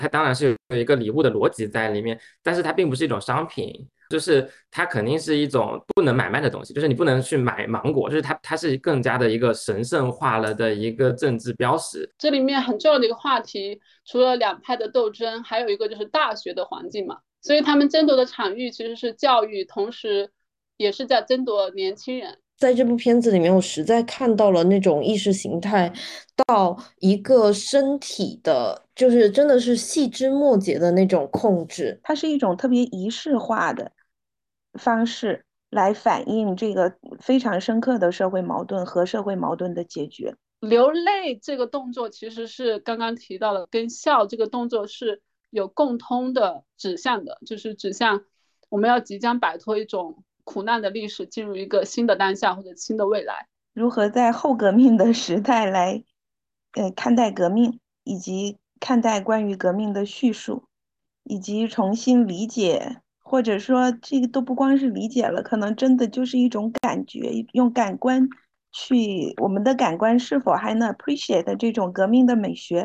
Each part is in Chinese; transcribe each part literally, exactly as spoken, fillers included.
它当然是有一个礼物的逻辑在里面，但是它并不是一种商品，就是它肯定是一种不能买卖的东西，就是你不能去买芒果，就是它它是更加的一个神圣化了的一个政治标识。 这里面很重要的一个话题，除了两派的斗争，还有一个就是大学的环境嘛。所以他们争夺的场域其实是教育，同时也是在争夺年轻人。 在这部片子里面，我实在看到了那种意识形态到一个身体的，就是真的是细枝末节的那种控制。 它是一种特别仪式化的方式来反映这个非常深刻的社会矛盾和社会矛盾的解决。 流泪这个动作其实是刚刚提到的，跟笑这个动作是有共通的指向的，就是指向我们要即将摆脱一种苦难的历史，进入一个新的当下或者新的未来。 如何在后革命的时代来呃看待革命，以及看待关于革命的叙述，以及重新理解，或者说这个都不光是理解了，可能真的就是一种感觉，用感官去，我们的感官是否还能 appreciate 这种革命的美学。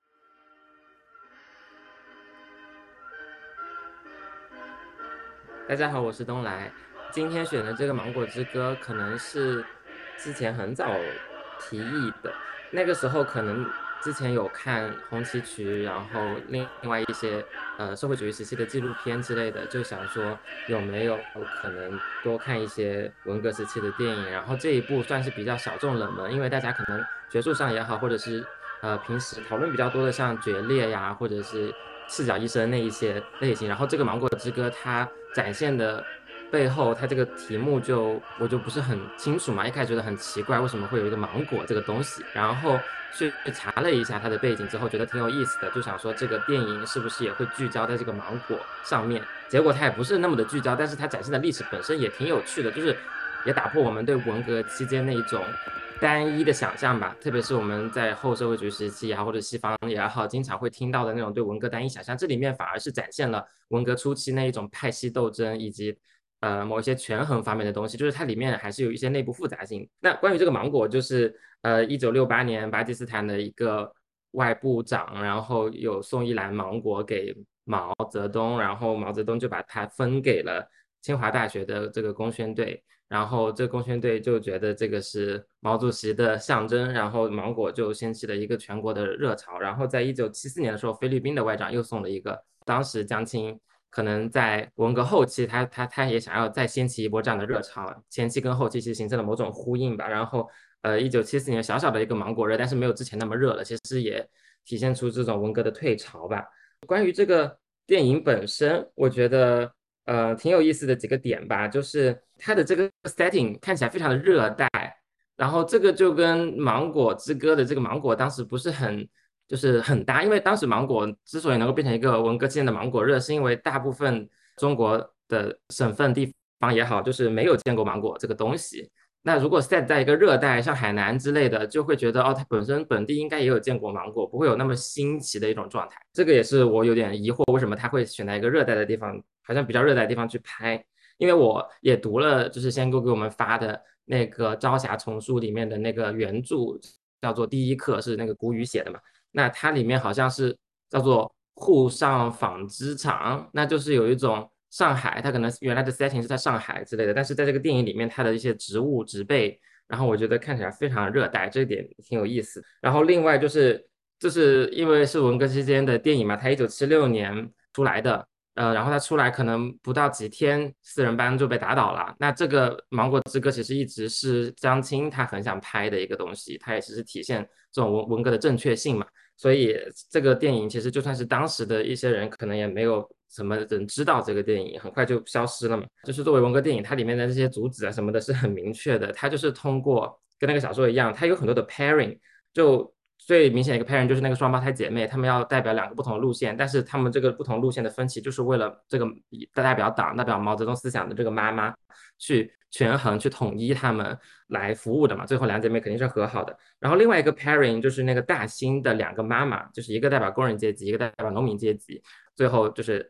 大家好，我是东来。今天选的这个《芒果之歌》可能是之前很早提议的，那个时候可能之前有看红旗渠，然后另另外一些呃社会主义时期的纪录片之类的，就想说有没有可能多看一些文革时期的电影。然后这一部算是比较小众冷门，因为大家可能学术上也好，或者是呃平时讨论比较多的像决裂呀，或者是赤脚医生那一些类型。然后这个《芒果之歌》它展现的背后，它这个题目就我就不是很清楚嘛，一开始觉得很奇怪，为什么会有一个芒果这个东西？然后去查了一下它的背景之后，觉得挺有意思的，就想说这个电影是不是也会聚焦在这个芒果上面？结果它也不是那么的聚焦，但是它展现的历史本身也挺有趣的，就是也打破我们对文革期间那一种单一的想象吧，特别是我们在后社会主义时期啊，或者西方也好，经常会听到的那种对文革单一想象，这里面反而是展现了文革初期那一种派系斗争以及呃某一些权衡方面的东西，就是它里面还是有一些内部复杂性。那关于这个芒果，就是呃一九六八年巴基斯坦的一个外部长，然后有送一篮芒果给毛泽东，然后毛泽东就把它分给了清华大学的这个工宣队。然后这个工宣队就觉得这个是毛主席的象征，然后芒果就掀起了一个全国的热潮。然后在一九七四年的时候，菲律宾的外长又送了一个，当时江青可能在文革后期他，他他也想要再掀起一波这样的热潮，前期跟后期其实形成了某种呼应吧。然后呃，一九七四年小小的一个芒果热，但是没有之前那么热了，其实也体现出这种文革的退潮吧。关于这个电影本身，我觉得呃挺有意思的几个点吧，就是它的这个 setting 看起来非常的热带，然后这个就跟芒果之歌的这个芒果当时不是很就是很搭，因为当时芒果之所以能够变成一个文革期间的芒果热，是因为大部分中国的省份地方也好，就是没有见过芒果这个东西。那如果 set 在一个热带，像海南之类的，就会觉得哦，它本身本地应该也有见过芒果，不会有那么新奇的一种状态。这个也是我有点疑惑，为什么他会选在一个热带的地方，好像比较热带的地方去拍。因为我也读了，就是仙姑给我们发的那个《朝霞丛书》里面的那个原著，叫做《第一课》，是那个谷雨写的嘛。那它里面好像是叫做沪上纺织厂，那就是有一种上海，它可能原来的 setting 是在上海之类的，但是在这个电影里面，它的一些植物植被，然后我觉得看起来非常热带，这一点挺有意思。然后另外就是，就是因为是文革期间的电影嘛，它一九七六年出来的，呃，然后他出来可能不到几天，四人帮就被打倒了。那这个《芒果之歌》其实一直是江青他很想拍的一个东西，他也只是体现这种文文革的正确性嘛。所以这个电影其实就算是当时的一些人，可能也没有什么人知道这个电影，很快就消失了嘛。就是作为文革电影，它里面的这些主旨啊什么的是很明确的，它就是通过跟那个小说一样，它有很多的 pairing，就最明显的一个 pairing 就是那个双胞胎姐妹，她们要代表两个不同的路线，但是她们这个不同路线的分歧，就是为了这个代表党、代表毛泽东思想的这个妈妈去权衡、去统一他们来服务的嘛。最后两姐妹肯定是和好的。然后另外一个 pairing 就是那个大兴的两个妈妈，就是一个代表工人阶级，一个代表农民阶级，最后就是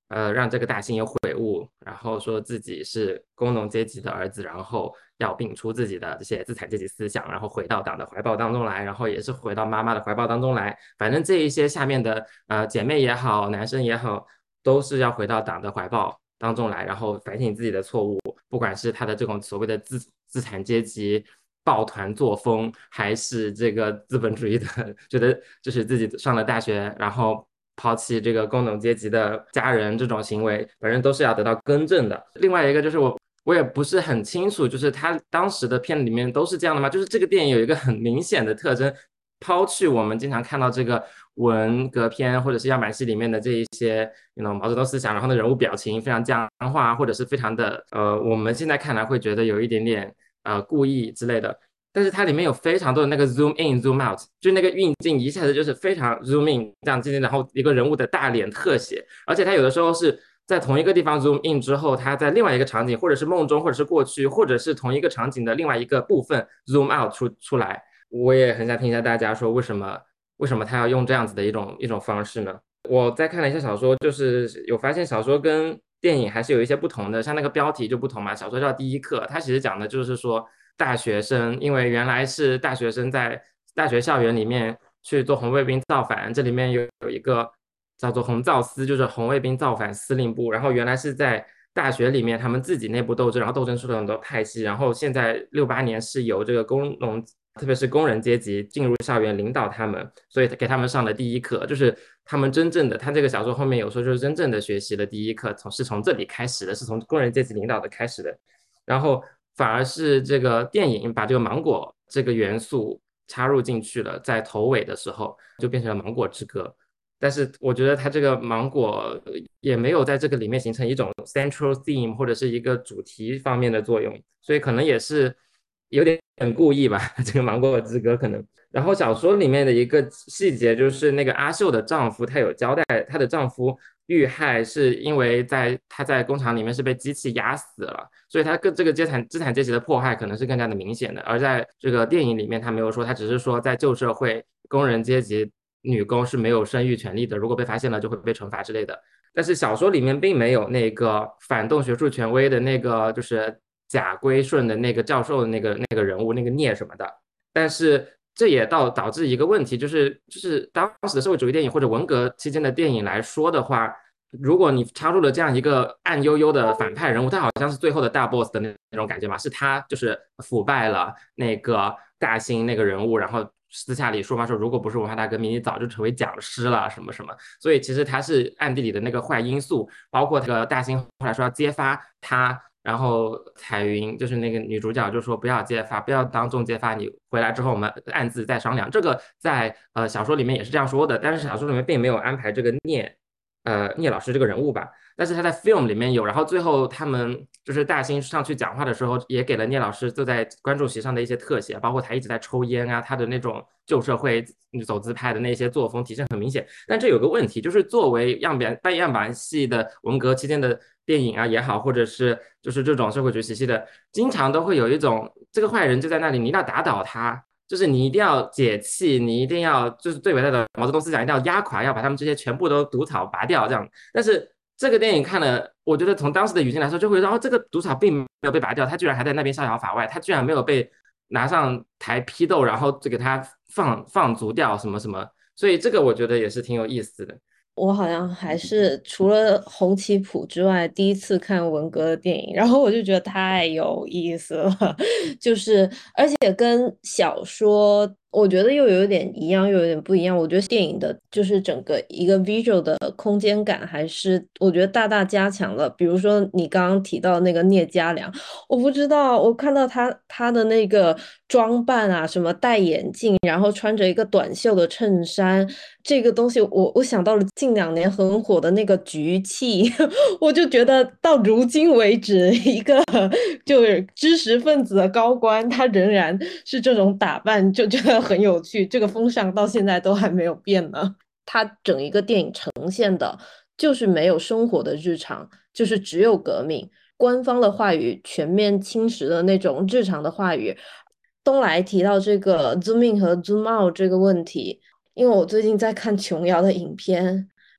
呃让这个大兴有悔悟，然后说自己是工农阶级的儿子，然后要摒除自己的这些资产阶级思想，然后回到党的怀抱当中来，然后也是回到妈妈的怀抱当中来。反正这一些下面的呃姐妹也好，男生也好，都是要回到党的怀抱当中来，然后反省自己的错误，不管是他的这种所谓的资资产阶级抱团作风，还是这个资本主义的，觉得就是自己上了大学，然后抛弃这个工农阶级的家人这种行为，反正都是要得到更正的。另外一个就是我。我也不是很清楚，就是他当时的片里面都是这样的吗？就是这个电影有一个很明显的特征，抛去我们经常看到这个文革片或者是样板戏里面的这一些，you know, 毛泽东思想，然后呢人物表情非常僵化，或者是非常的呃，我们现在看来会觉得有一点点呃故意之类的。但是它里面有非常多的那个 zoom in zoom out， 就那个运镜一下子就是非常 zoom in 这样进行，然后一个人物的大脸特写，而且它有的时候是在同一个地方 zoom in 之后，它在另外一个场景，或者是梦中，或者是过去，或者是同一个场景的另外一个部分 zoom out 出出来。我也很想听一下大家说为什么为什么他要用这样子的一种一种方式呢？我在看了一下小说，就是有发现小说跟电影还是有一些不同的，像那个标题就不同嘛。小说叫《第一课》，它其实讲的就是说大学生，因为原来是大学生在大学校园里面去做红卫兵造反，这里面有有一个叫做红造司，就是红卫兵造反司令部，然后原来是在大学里面他们自己内部斗争，然后斗争出了很多派系，然后现在六八年是由这个工农，特别是工人阶级进入校园领导他们，所以给他们上了第一课，就是他们真正的，他这个小说后面有说就是真正的学习了第一课，从是从这里开始的，是从工人阶级领导的开始的，然后反而是这个电影把这个芒果这个元素插入进去了，在头尾的时候就变成了芒果之歌。但是我觉得它这个芒果也没有在这个里面形成一种 central theme 或者是一个主题方面的作用，所以可能也是有点故意吧，这个芒果之歌可能。然后小说里面的一个细节就是那个阿秀的丈夫，她有交代，她的丈夫遇害是因为在她在工厂里面是被机器压死了，所以她跟这个阶层资产阶级的迫害可能是更加的明显的。而在这个电影里面，她没有说，她只是说在旧社会工人阶级女工是没有生育权利的，如果被发现了就会被惩罚之类的。但是小说里面并没有那个反动学术权威的那个就是贾归顺的那个教授的那个那个人物那个聂什么的。但是这也导导致一个问题，就是就是当时的社会主义电影或者文革期间的电影来说的话，如果你插入了这样一个暗悠悠的反派人物，他好像是最后的大 boss 的那种感觉嘛，是他就是腐败了那个大兴那个人物，然后私下里说嘛，说如果不是文化大革命，你早就成为讲师了什么什么。所以其实他是暗地里的那个坏因素，包括这个大兴后来说要揭发他，然后彩云就是那个女主角就说不要揭发，不要当众揭发，你回来之后我们暗自再商量。这个在呃小说里面也是这样说的，但是小说里面并没有安排这个聂呃聂老师这个人物吧。但是他在 film 里面有，然后最后他们就是大兴上去讲话的时候，也给了聂老师坐在观众席上的一些特写，包括他一直在抽烟啊，他的那种旧社会走资派的那些作风体现很明显。但这有个问题，就是作为样板扮样板戏的文革期间的电影啊也好，或者是就是这种社会主义时期的，经常都会有一种这个坏人就在那里，你一定要打倒他。就是你一定要解气，你一定要就是最伟大的毛泽东思想一定要压垮，要把他们这些全部都毒草拔掉这样。但是这个电影看了，我觉得从当时的语境来说，就会说，哦，这个毒草并没有被拔掉，他居然还在那边逍遥法外，他居然没有被拿上台批斗，然后就给他放放逐掉什么什么，所以这个我觉得也是挺有意思的。 我好像还是除了洪七普之外第一次看文革的电影，然后我就觉得太有意思了，就是而且跟小说我觉得又有点一样又有点不一样。我觉得电影的就是整个一个 visual 的空间感还是我觉得大大加强了。比如说你刚刚提到那个聂家良，我不知道我看到他他的那个装扮啊，什么戴眼镜，然后穿着一个短袖的衬衫，这个东西我我想到了近两年很火的那个局气，我就觉得到如今为止，一个就是知识分子的高官，他仍然是这种打扮，就觉得很有趣。这个风尚到现在都还没有变呢。他整一个电影呈现的就是没有生活的日常，就是只有革命。官方的话语全面侵蚀的那种日常的话语。东来提到这个 zoom in 和 zoom out 这个问题，因为我最近在看琼瑶的影片，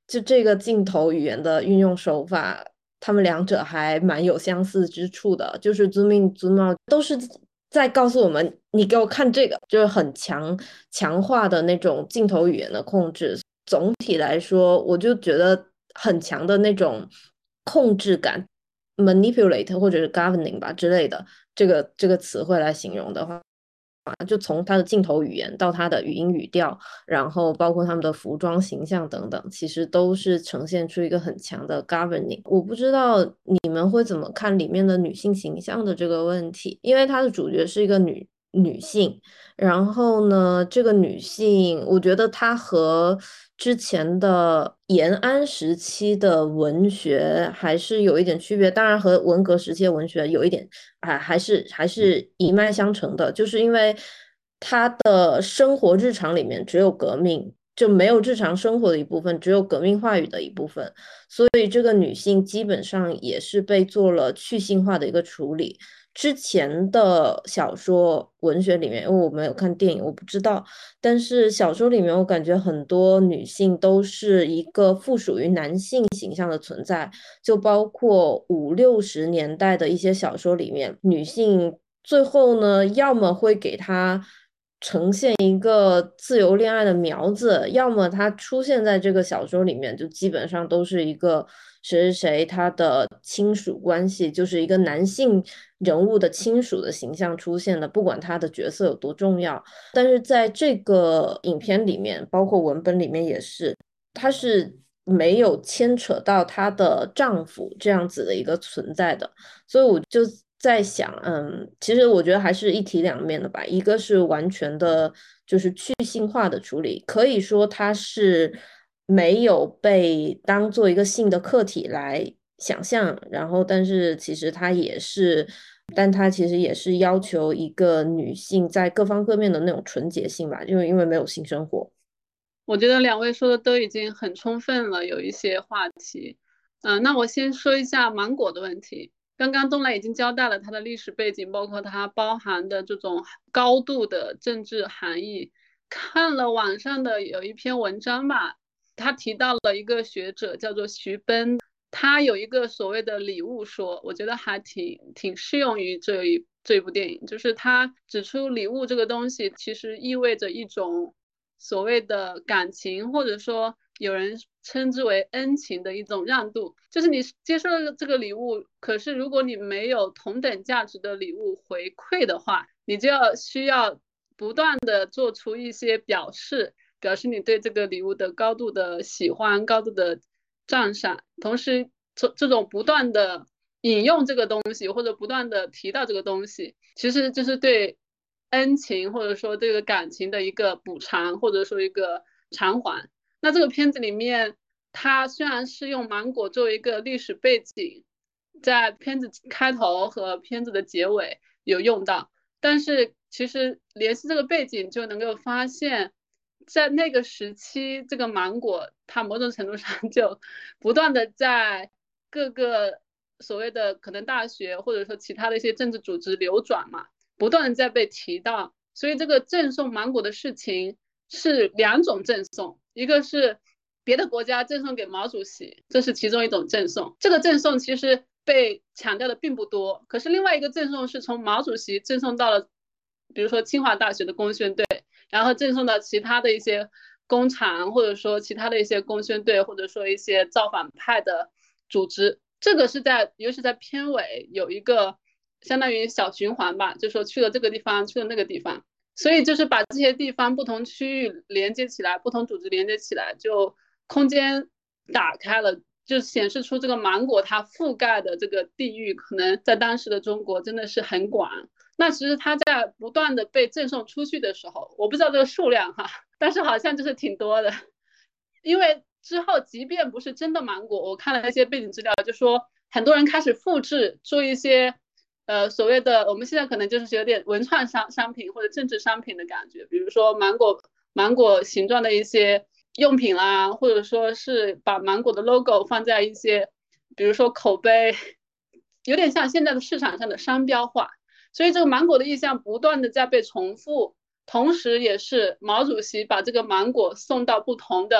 就这个镜头语言的运用手法，他们两者还蛮有相似之处的，就是 zoom in zoom out 都是在告诉我们你给我看这个，就是很强强化的那种镜头语言的控制。总体来说我就觉得很强的那种控制感， manipulate 或者是 governing 吧之类的，这个这个词汇来形容的话，就从他的镜头语言到他的语音语调，然后包括他们的服装形象等等，其实都是呈现出一个很强的 governing。我不知道你们会怎么看里面的女性形象的这个问题，因为它的主角是一个女女性，然后呢，这个女性我觉得她和之前的延安时期的文学还是有一点区别，当然和文革时期的文学有一点还还是还是一脉相承的，就是因为她的生活日常里面只有革命，就没有日常生活的一部分，只有革命话语的一部分，所以这个女性基本上也是被做了去性化的一个处理。之前的小说文学里面，因为我没有看电影，我不知道，但是小说里面我感觉很多女性都是一个附属于男性形象的存在，就包括五六十年代的一些小说里面，女性最后呢，要么会给她呈现一个自由恋爱的苗子，要么她出现在这个小说里面，就基本上都是一个谁谁谁他的亲属关系，就是一个男性人物的亲属的形象出现的，不管他的角色有多重要。但是在这个影片里面，包括文本里面也是，她是没有牵扯到她的丈夫这样子的一个存在的，所以我就在想，嗯，其实我觉得还是一体两面的吧。一个是完全的，就是去性化的处理，可以说它是没有被当做一个性的客体来想象，然后但是其实它也是，但它其实也是要求一个女性在各方各面的那种纯洁性吧，因为因为没有性生活。 我觉得两位说的都已经很充分了，有一些话题。嗯、呃，那我先说一下芒果的问题。刚刚东来已经交代了它的历史背景，包括它包含的这种高度的政治含义。看了网上的有一篇文章吧，他提到了一个学者叫做徐奔，他有一个所谓的礼物说，我觉得还挺挺适用于这一这一部电影，就是他指出礼物这个东西其实意味着一种所谓的感情，或者说有人称之为恩情的一种让渡，就是你接受了这个礼物，可是如果你没有同等价值的礼物回馈的话，你就要需要不断的做出一些表示，表示你对这个礼物的高度的喜欢，高度的赞赏，同时这这种不断的引用这个东西，或者不断的提到这个东西，其实就是对恩情或者说这个感情的一个补偿，或者说一个偿还。那这个片子里面，它虽然是用芒果作为一个历史背景，在片子开头和片子的结尾有用到，但是其实联系这个背景就能够发现，在那个时期，这个芒果它某种程度上就不断的在各个所谓的可能大学或者说其他的一些政治组织流转嘛，不断的在被提到，所以这个赠送芒果的事情是两种赠送，一个是别的国家赠送给毛主席，这是其中一种赠送，这个赠送其实被强调的并不多，可是另外一个赠送是从毛主席赠送到了比如说清华大学的工宣队，然后赠送到其他的一些工厂，或者说其他的一些工宣队，或者说一些造反派的组织，这个是在尤其在片尾有一个相当于小循环吧，就说去了这个地方，去了那个地方，所以就是把这些地方不同区域连接起来，不同组织连接起来，就空间打开了，就显示出这个芒果它覆盖的这个地域可能在当时的中国真的是很广。那其实它在不断的被赠送出去的时候，我不知道这个数量哈，但是好像就是挺多的。因为之后即便不是真的芒果，我看了一些背景资料，就说很多人开始复制做一些呃所谓的我们现在可能就是有点文创商商品或者政治商品的感觉，比如说芒果芒果形状的一些用品啦，或者说是把芒果的 logo 放在一些比如说口碑，有点像现在的市场上的商标化。所以这个芒果的意象不断的在被重复，同时也是毛主席把这个芒果送到不同的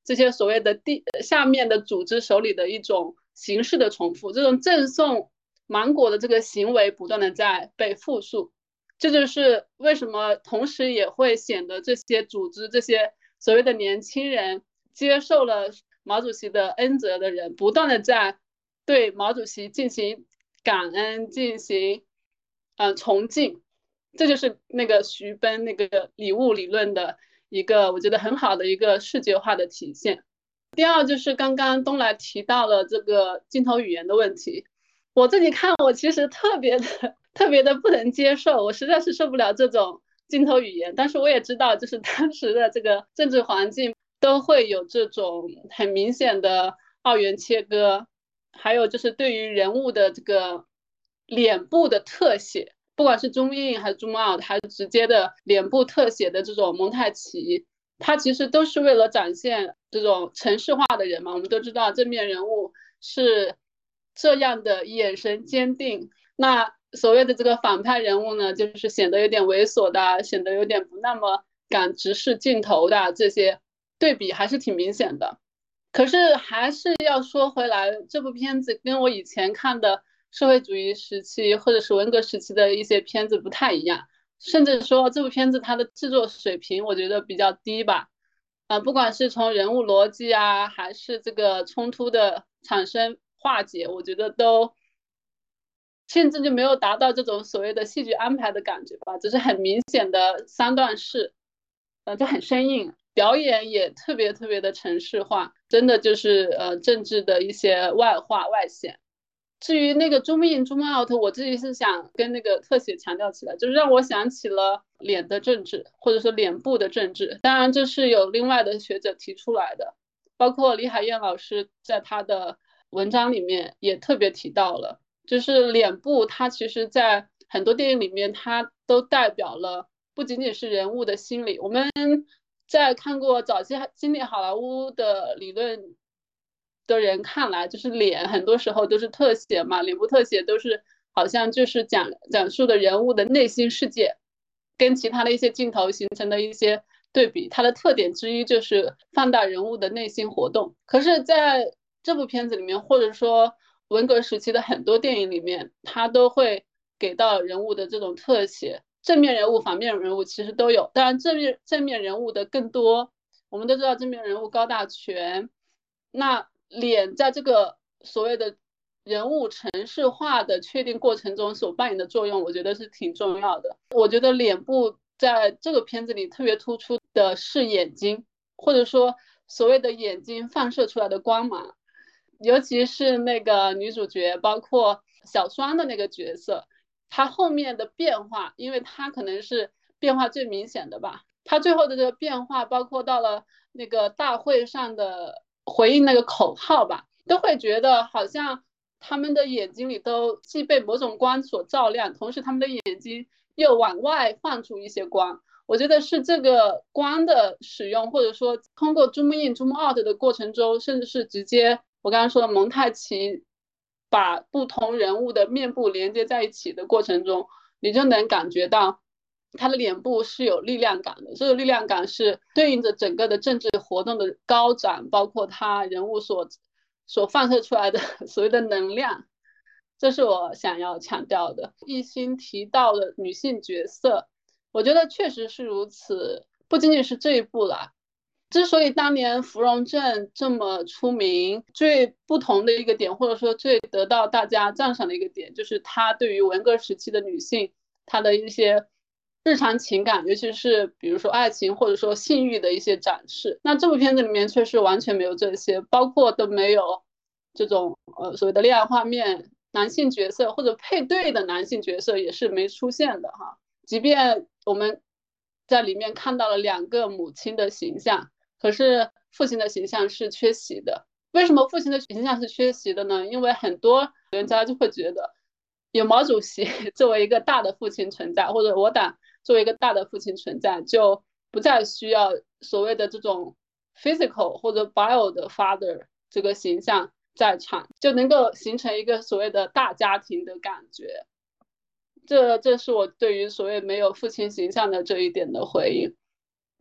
这些所谓的地下面的组织手里的一种形式的重复，这种赠送芒果的这个行为不断的在被复述。这就是为什么同时也会显得这些组织这些所谓的年轻人接受了毛主席的恩泽的人不断的在对毛主席进行感恩进行呃崇敬，这就是那个徐奔那个礼物理论的一个我觉得很好的一个视觉化的体现。第二就是刚刚东来提到了这个镜头语言的问题，我自己看我其实特别的特别的不能接受，我实在是受不了这种镜头语言，但是我也知道就是当时的这个政治环境都会有这种很明显的二元切割，还有就是对于人物的这个脸部的特写，不管是 zoom in 还是 zoom out 还是直接的脸部特写的这种蒙太奇，它其实都是为了展现这种程式化的人嘛。我们都知道正面人物是这样的眼神坚定，那所谓的这个反派人物呢，就是显得有点猥琐的，显得有点不那么敢直视镜头的，这些对比还是挺明显的。可是还是要说回来，这部片子跟我以前看的社会主义时期或者是文革时期的一些片子不太一样，甚至说这部片子它的制作水平我觉得比较低吧。呃，不管是从人物逻辑啊，还是这个冲突的产生化解，我觉得都甚至就没有达到这种所谓的戏剧安排的感觉吧，只是很明显的三段式，呃，就很生硬，表演也特别特别的程式化，真的就是呃政治的一些外化外显。至于那个 zoom in zoom out， 我自己是想跟那个特写强调起来，就是让我想起了脸的政治，或者说脸部的政治。当然这是有另外的学者提出来的，包括李海燕老师在他的文章里面也特别提到了，就是脸部它其实在很多电影里面它都代表了不仅仅是人物的心理。我们在看过早期经典好莱坞的理论的人看来，就是脸很多时候都是特写嘛，脸部特写都是好像就是讲讲述的人物的内心世界跟其他的一些镜头形成的一些对比，它的特点之一就是放大人物的内心活动。可是在这部片子里面，或者说文革时期的很多电影里面，它都会给到人物的这种特写，正面人物反面人物其实都有，当然正面正面人物的更多。我们都知道正面人物高大全，那脸在这个所谓的人物程式化的确定过程中所扮演的作用，我觉得是挺重要的。我觉得脸部在这个片子里特别突出的是眼睛，或者说所谓的眼睛放射出来的光芒，尤其是那个女主角，包括小双的那个角色，她后面的变化，因为她可能是变化最明显的吧。她最后的这个变化，包括到了那个大会上的回应那个口号吧，都会觉得好像他们的眼睛里都既被某种光所照亮，同时他们的眼睛又往外放出一些光。我觉得是这个光的使用，或者说通过 zoom in zoom out 的过程中，甚至是直接我刚刚说的蒙太奇把不同人物的面部连接在一起的过程中，你就能感觉到他的脸部是有力量感的，这个力量感是对应着整个的政治活动的高涨，包括他人物所所放射出来的所谓的能量，这是我想要强调的。一心提到的女性角色，我觉得确实是如此，不仅仅是这一部啦。之所以当年芙蓉镇这么出名，最不同的一个点，或者说最得到大家赞赏的一个点，就是她对于文革时期的女性，她的一些日常情感，尤其是比如说爱情或者说性欲的一些展示。那这部片子里面确实完全没有这些，包括都没有这种呃所谓的恋爱画面，男性角色或者配对的男性角色也是没出现的哈。即便我们在里面看到了两个母亲的形象，可是父亲的形象是缺席的。为什么父亲的形象是缺席的呢？因为很多人家就会觉得有毛主席作为一个大的父亲存在，或者我党作为一个大的父亲存在，就不再需要所谓的这种 physical 或者 bio 的 father 这个形象在场，就能够形成一个所谓的大家庭的感觉。这这是我对于所谓没有父亲形象的这一点的回应。女性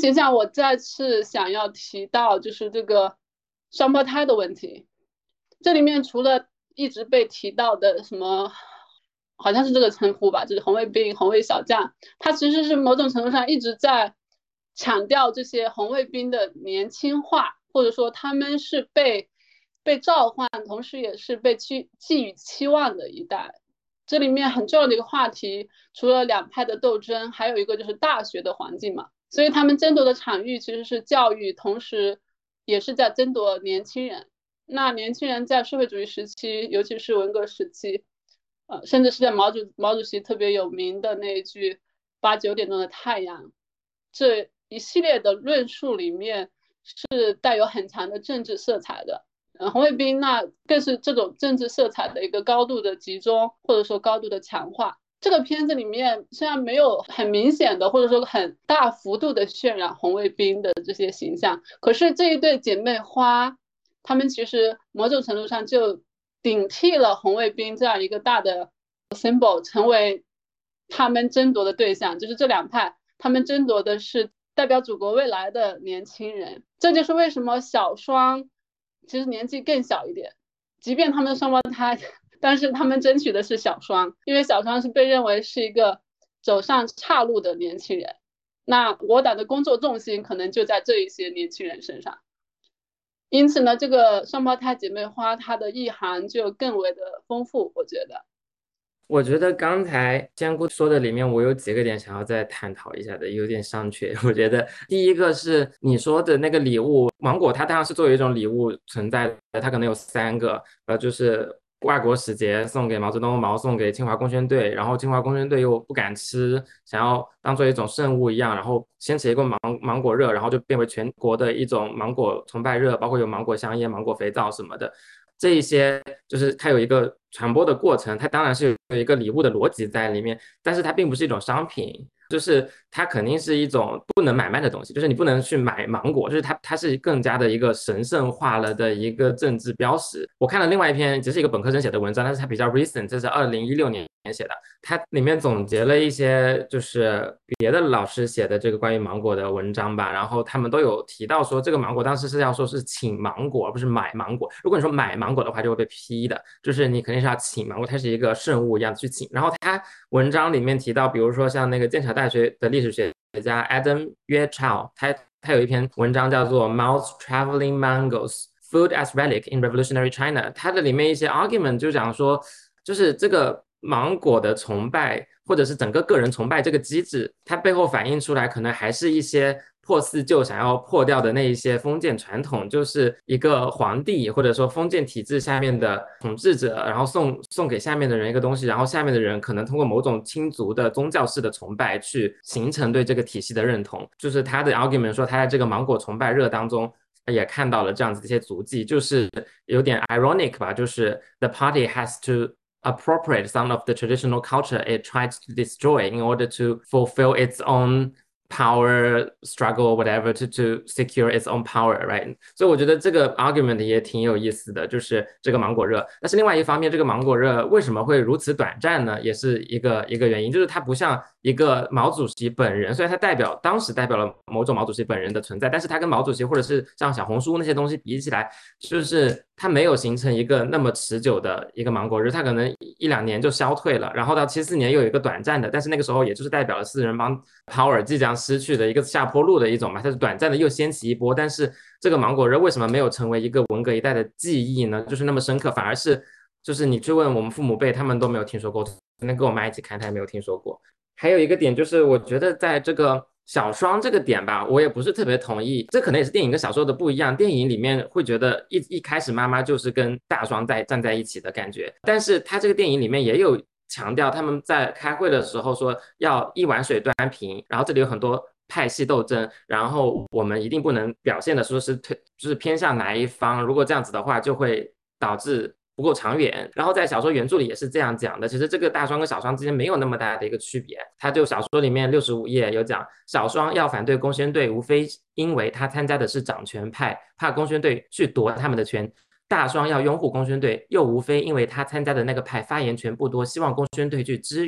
形象我再次想要提到就是这个双胞胎的问题。这里面除了一直被提到的什么，好像是这个称呼吧，就是红卫兵、红卫小将，他其实是某种程度上一直在强调这些红卫兵的年轻化，或者说他们是被被召唤，同时也是被寄寄予期望的一代。这里面很重要的一个话题，除了两派的斗争，还有一个就是大学的环境嘛，所以他们争夺的场域其实是教育，同时也是在争夺年轻人。那年轻人在社会主义时期，尤其是文革时期，呃，甚至是在毛主毛主席特别有名的那一句“八九点钟的太阳”，这一系列的论述里面是带有很强的政治色彩的。呃，红卫兵那更是这种政治色彩的一个高度的集中，或者说高度的强化。这个片子里面虽然没有很明显的或者说很大幅度的渲染红卫兵的这些形象，可是这一对姐妹花，她们其实某种程度上就顶替了红卫兵这样一个大的 symbol， 成为他们争夺的对象。就是这两派，他们争夺的是代表祖国未来的年轻人。这就是为什么小双其实年纪更小一点，即便他们双胞胎，但是他们争取的是小双，因为小双是被认为是一个走上岔路的年轻人。那我党的工作重心可能就在这一些年轻人身上。因此呢，这个双胞胎姐妹花它的意涵就更为的丰富，我觉得。 我觉得刚才仙姑说的里面，我有几个点想要再探讨一下的，有点商榷。我觉得第一个是你说的那个礼物，芒果它当然是作为一种礼物存在的，它可能有三个，呃，就是外国使节送给毛泽东，毛送给清华工宣队，然后清华工宣队又不敢吃，想要当做一种圣物一样，然后掀起一个芒芒果热，然后就变为全国的一种芒果崇拜热，包括有芒果香烟、芒果肥皂什么的。这一些就是它有一个传播的过程，它当然是有一个礼物的逻辑在里面，但是它并不是一种商品，就是它肯定是一种不能买卖的东西，就是你不能去买芒果，就是它它是更加的一个神圣化了的一个政治标识。我看了另外一篇，只是一个本科生写的文章，但是它比较 recent， 这是二零一六年写的，它里面总结了一些就是别的老师写的这个关于芒果的文章吧，然后他们都有提到说，这个芒果当时是要说是请芒果，而不是买芒果。如果你说买芒果的话，就会被批的，就是你肯定是要请芒果，它是一个圣物一样去请。然后他文章里面提到，比如说像那个剑桥大学的历史学家 Adam Yuechao， 他他有一篇文章叫做 Mouth Traveling Mangoes。Food as Relic in Revolutionary China， 它的里面一些 argument 就讲说，就是这个芒果的崇拜，或者是整个个人崇拜这个机制，它背后反映出来可能还是一些破四旧想要破掉的那一些封建传统，就是一个皇帝或者说封建体制下面的统治者，然后送送给下面的人一个东西，然后下面的人可能通过某种亲族的宗教式的崇拜去形成对这个体系的认同。就是他的 argument 说，他在这个芒果崇拜热当中也看到了这样子的一些足迹，就是有点 ironic 吧，就是 the party has to appropriate some of the traditional culture it tries to destroy in order to fulfill its own power struggle whatever to to secure its own power, right? 所以我觉得这个 argument 也挺有意思的，就是这个芒果热。但是另外一方面，这个芒果热为什么会如此短暂呢？也是一个一个原因，就是它不像一个毛主席本人，虽然它代表当时代表了某种毛主席本人的存在，但是它跟毛主席或者是像小红书那些东西比起来，就是它没有形成一个那么持久的一个芒果热，它可能一两年就消退了，然后到七四年又有一个短暂的，但是那个时候也就是代表了四人帮 power 即将失去的一个下坡路的一种嘛，它是短暂的又掀起一波。但是这个芒果热为什么没有成为一个文革一代的记忆呢？就是那么深刻，反而是就是你去问我们父母辈，他们都没有听说过，那跟我妈一起看他也没有听说过。还有一个点就是，我觉得在这个小双这个点吧，我也不是特别同意，这可能也是电影跟小说的不一样。电影里面会觉得一一开始妈妈就是跟大双在站在一起的感觉，但是他这个电影里面也有强调，他们在开会的时候说要一碗水端平，然后这里有很多派系斗争，然后我们一定不能表现的说是推就是偏向哪一方，如果这样子的话就会导致不够长远。然后在小说原著里也是这样讲的，其实这个大双跟小双之间没有那么大的一个区别。他就小说里面六十五页有讲，小双要反对工宣队，无非因为他参加的是掌权派，怕工宣队去夺他们的权；大双要拥护工宣队，又无非因为他参加的那个派发言权不多，希望工宣队去支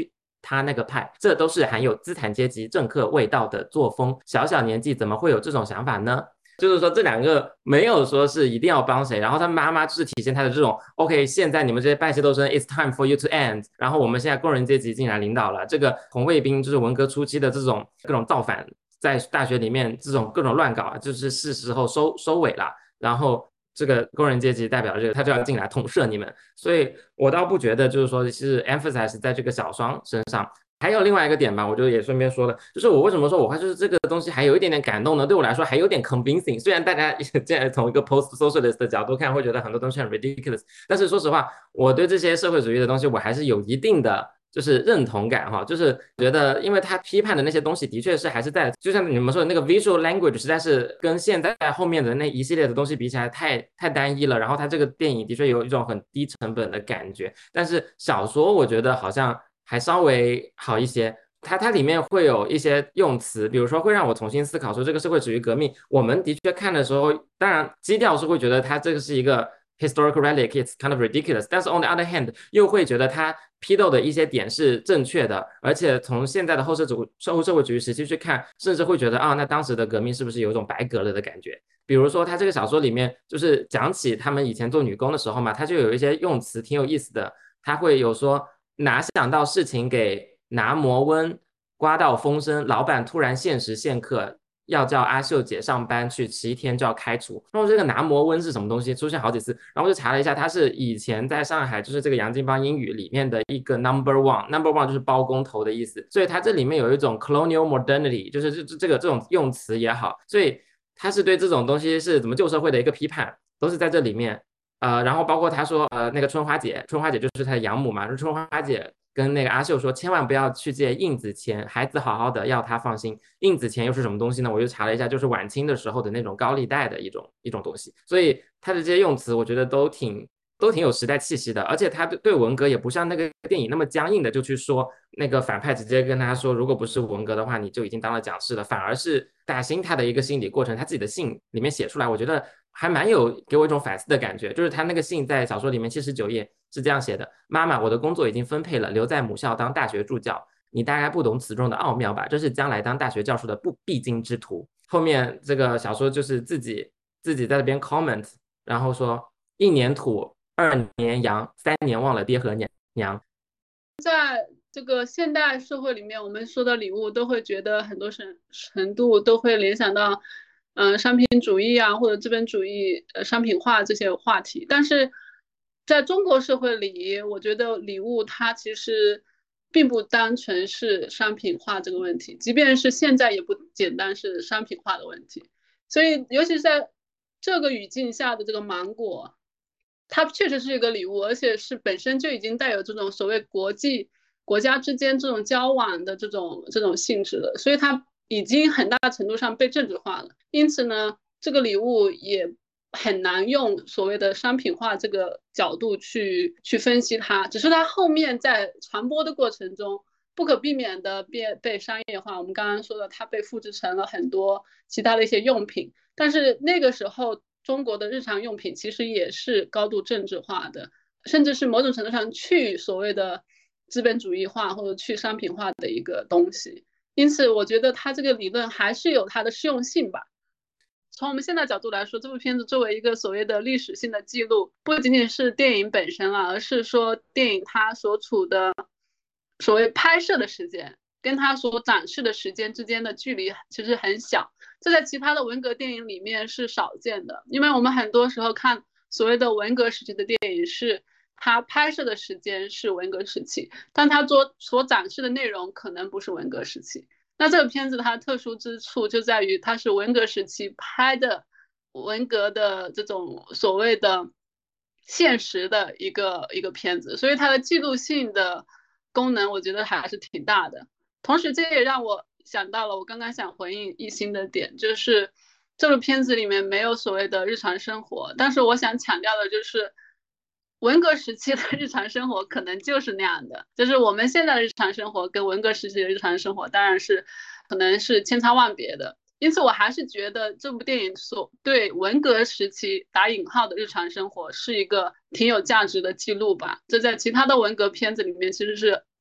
他那个派，这都是含有资产阶级政客味道的作风。小小年纪怎么会有这种想法呢？就是说这两个没有说是一定要帮谁，然后他妈妈就是体现他的这种 OK， 现在你们这些拜械斗争 It's time for you to end， 然后我们现在工人阶级进来领导了，这个红卫兵就是文革初期的这种各种造反，在大学里面这种各种乱搞啊，就是是时候收收尾了，然后这个工人阶级代表这个他就要进来统摄你们，所以我倒不觉得就是说是 emphasize 在这个小双身上。还有另外一个点吧，我就也顺便说了，就是我为什么说我看就是这个东西还有一点点感动呢？对我来说还有点 convincing， 虽然大家现在从一个 post socialist 的角度看会觉得很多东西很 ridiculous， 但是说实话，我对这些社会主义的东西我还是有一定的就是认同感哈，就是觉得因为他批判的那些东西的确是还是在，就像你们说的那个 visual language 实在是跟现在后面的那一系列的东西比起来太太单一了，然后他这个电影的确有一种很低成本的感觉，但是小说我觉得好像还稍微好一些。它它里面会有一些用词，比如说会让我重新思考说这个社会主义革命，我们的确看的时候，当然基调是会觉得它这个是一个 historical relic， it's kind of ridiculous， 但是 on the other hand 又会觉得它批斗的一些点是正确的，而且从现在的后社主后社会主义时期去看，甚至会觉得啊，那当时的革命是不是有一种白革了的感觉？比如说他这个小说里面就是讲起他们以前做女工的时候嘛，他就有一些用词挺有意思的，他会有说哪想到事情给拿摩温刮到风声，老板突然限时限刻要叫阿秀姐上班去，十一天就要开除。然后这个拿摩温是什么东西，出现好几次，然后就查了一下，它是以前在上海就是这个洋泾浜英语里面的一个 number one， number one 就是包工头的意思，所以它这里面有一种 colonial modernity， 就是这这个这种用词也好，所以它是对这种东西是怎么旧社会的一个批判，都是在这里面。呃，然后包括他说，呃，那个春花姐，春花姐就是他的养母嘛，说春花姐跟那个阿秀说，千万不要去借印子钱，孩子好好的，要他放心。印子钱又是什么东西呢？我就查了一下，就是晚清的时候的那种高利贷的一种一种东西。所以他的这些用词，我觉得都挺都挺有时代气息的，而且他对文革也不像那个电影那么僵硬的就去说那个反派直接跟他说，如果不是文革的话，你就已经当了讲师了，反而是打心他的一个心理过程，他自己的信里面写出来，我觉得还蛮有给我一种反思的感觉。就是他那个信在小说里面七十九页是这样写的：妈妈，我的工作已经分配了，留在母校当大学助教，你大概不懂此中的奥妙吧，这是将来当大学教授的不必经之途。后面这个小说就是自己自己在那边 comment， 然后说一年土二年洋，三年忘了爹和娘。 在这个现代社会里面，我们说的礼物都会觉得很多程程度都会联想到，嗯、呃，商品主义啊，或者资本主义、呃商品化这些话题。但是在中国社会里，我觉得礼物它其实并不单纯是商品化这个问题，即便是现在也不简单是商品化的问题。所以，尤其是在这个语境下的这个芒果，它确实是一个礼物，而且是本身就已经带有这种所谓国际国家之间这种交往的这种这种性质了，所以它已经很大程度上被政治化了。因此呢，这个礼物也很难用所谓的商品化这个角度去去分析它，只是它后面在传播的过程中不可避免的被被商业化。我们刚刚说的，它被复制成了很多其他的一些用品，但是那个时候中国的日常用品其实也是高度政治化的，甚至是某种程度上去所谓的资本主义化或者去商品化的一个东西。因此我觉得它这个理论还是有它的适用性吧。从我们现在角度来说，这部片子作为一个所谓的历史性的记录，不仅仅是电影本身啊，而是说电影它所处的所谓拍摄的时间跟它所展示的时间之间的距离其实很小，这在其他的文革电影里面是少见的。因为我们很多时候看所谓的文革时期的电影，是它拍摄的时间是文革时期，但它所所展示的内容可能不是文革时期。那这个片子它特殊之处就在于它是文革时期拍的文革的这种所谓的现实的一个一个片子，所以它的记录性的功能我觉得还是挺大的。同时这也让我想到了我刚刚想回应一心的点，就是这部片子里面没有所谓的日常生活，但是我想强调的就是文革时期的日常生活可能就是那样的，就是我们现在的日常生活跟文革时期的日常生活当然是可能是千差万别的。因此我还是觉得这部电影所对文革时期打引号的日常生活是一个挺有价值的记录吧，这在其他的文革片子里面其实是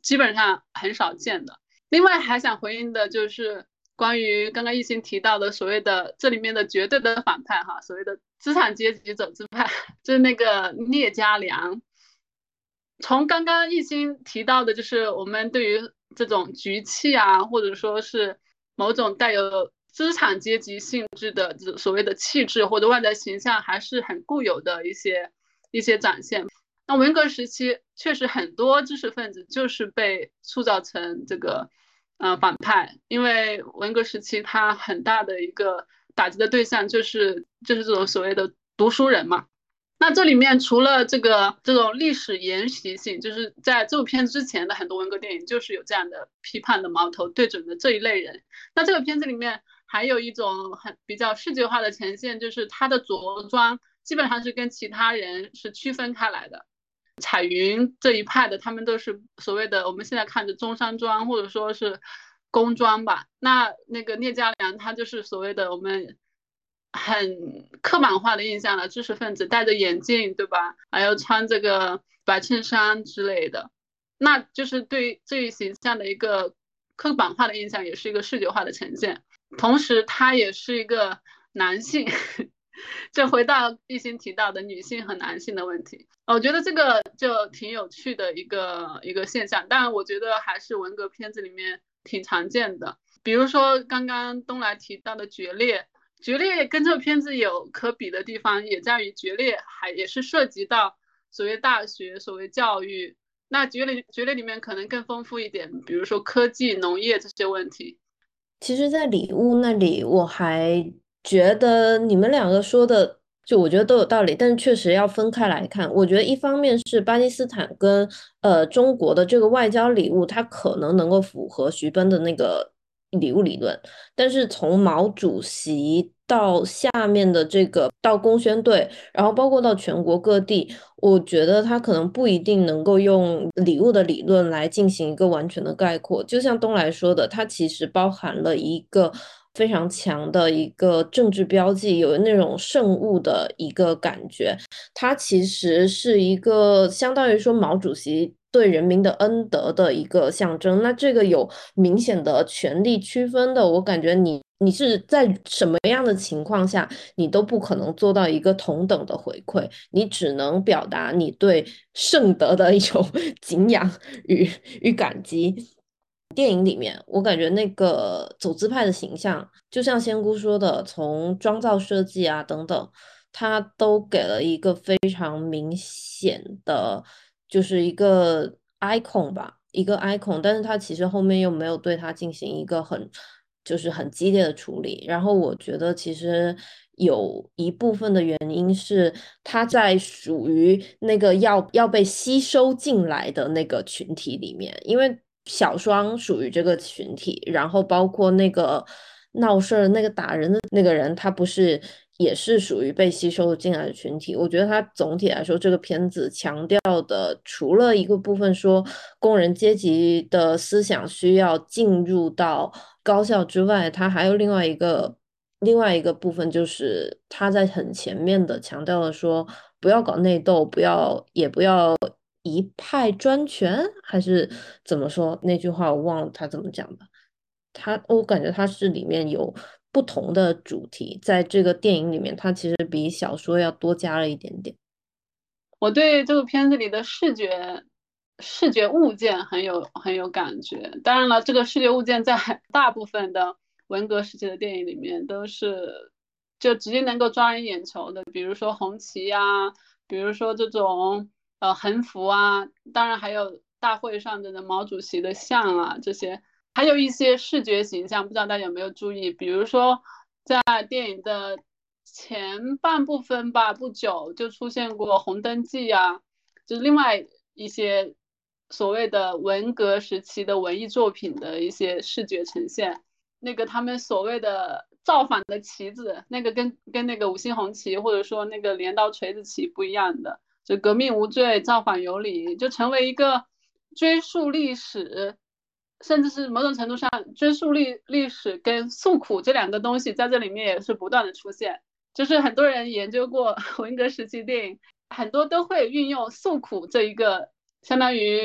基本上很少见的。另外还想回应的就是关于刚刚一心提到的所谓的这里面的绝对的反派哈，所谓的资产阶级走资派，就是那个聂家良。从刚刚一心提到的，就是我们对于这种局气啊，或者说是某种带有资产阶级性质的所谓的气质或者外在形象，还是很固有的一些一些展现。那文革时期确实很多知识分子就是被塑造成这个呃反派，因为文革时期它很大的一个打击的对象就是就是这种所谓的读书人嘛。那这里面除了这个这种历史沿袭性，就是在这部片之前的很多文革电影就是有这样的批判的矛头对准的这一类人。那这个片子里面还有一种很比较视觉化的呈现，就是他的着装基本上是跟其他人是区分开来的。彩云这一派的他们都是所谓的我们现在看的中山装或者说是工装吧，那那个聂家良他就是所谓的我们很刻板化的印象的知识分子，戴着眼镜对吧，还有穿这个白衬衫之类的，那就是对这一形象的一个刻板化的印象，也是一个视觉化的呈现。同时他也是一个男性就回到一心提到的女性和男性的问题，我觉得这个就挺有趣的一个一个现象，但我觉得还是文革片子里面挺常见的。比如说刚刚东来提到的决裂，决裂跟这个片子有可比的地方，也在于决裂还也是涉及到所谓大学所谓教育，那决裂决裂里面可能更丰富一点，比如说科技农业这些问题。 其实在礼物那里我还觉得你们两个说的就我觉得都有道理，但是确实要分开来看。我觉得一方面是巴基斯坦跟呃中国的这个外交礼物，它可能能够符合徐奔的那个礼物理论，但是从毛主席到下面的这个到工宣队，然后包括到全国各地，我觉得他可能不一定能够用礼物的理论来进行一个完全的概括。就像东来说的，它其实包含了一个非常强的一个政治标记，有那种圣物的一个感觉。它其实是一个相当于说毛主席对人民的恩德的一个象征。那这个有明显的权力区分的，我感觉你你是在什么样的情况下，你都不可能做到一个同等的回馈，你只能表达你对圣德的一种敬仰与与感激。电影里面，我感觉那个走资派的形象，就像仙姑说的，从妆造设计啊等等，它都给了一个非常明显的，就是一个 icon 吧，一个 icon，但是它其实后面又没有对它进行一个很，就是很激烈的处理。然后我觉得其实有一部分的原因是它在属于那个要要被吸收进来的那个群体里面，因为小双属于这个群体，然后包括那个闹事儿、那个打人的那个人，他不是也是属于被吸收进来的群体。我觉得他总体来说，这个片子强调的，除了一个部分说工人阶级的思想需要进入到高校之外，他还有另外一个。另外一个部分就是他在很前面的强调了说，不要搞内斗，不要也不要一派专权，还是怎么说？那句话我忘了他怎么讲的。他我感觉他是里面有不同的主题，在这个电影里面，它其实比小说要多加了一点点。 我对这个片子里的视觉视觉物件很有很有感觉。当然了，这个视觉物件在大部分的文革时期的电影里面都是就直接能够抓人眼球的，比如说红旗啊，比如说这种呃横幅啊，当然还有大会上的毛主席的像啊，这些还有一些视觉形象，不知道大家有没有注意，比如说在电影的前半部分吧，不久就出现过红灯记啊，就是另外一些所谓的文革时期的文艺作品的一些视觉呈现。那个他们所谓的造反的旗子，那个跟跟那个五星红旗或者说那个镰刀锤子旗不一样的，就革命无罪，造反有理，就成为一个追溯历史，甚至是某种程度上追溯历历史跟诉苦这两个东西在这里面也是不断的出现。就是很多人研究过文革时期电影，很多都会运用诉苦这一个相当于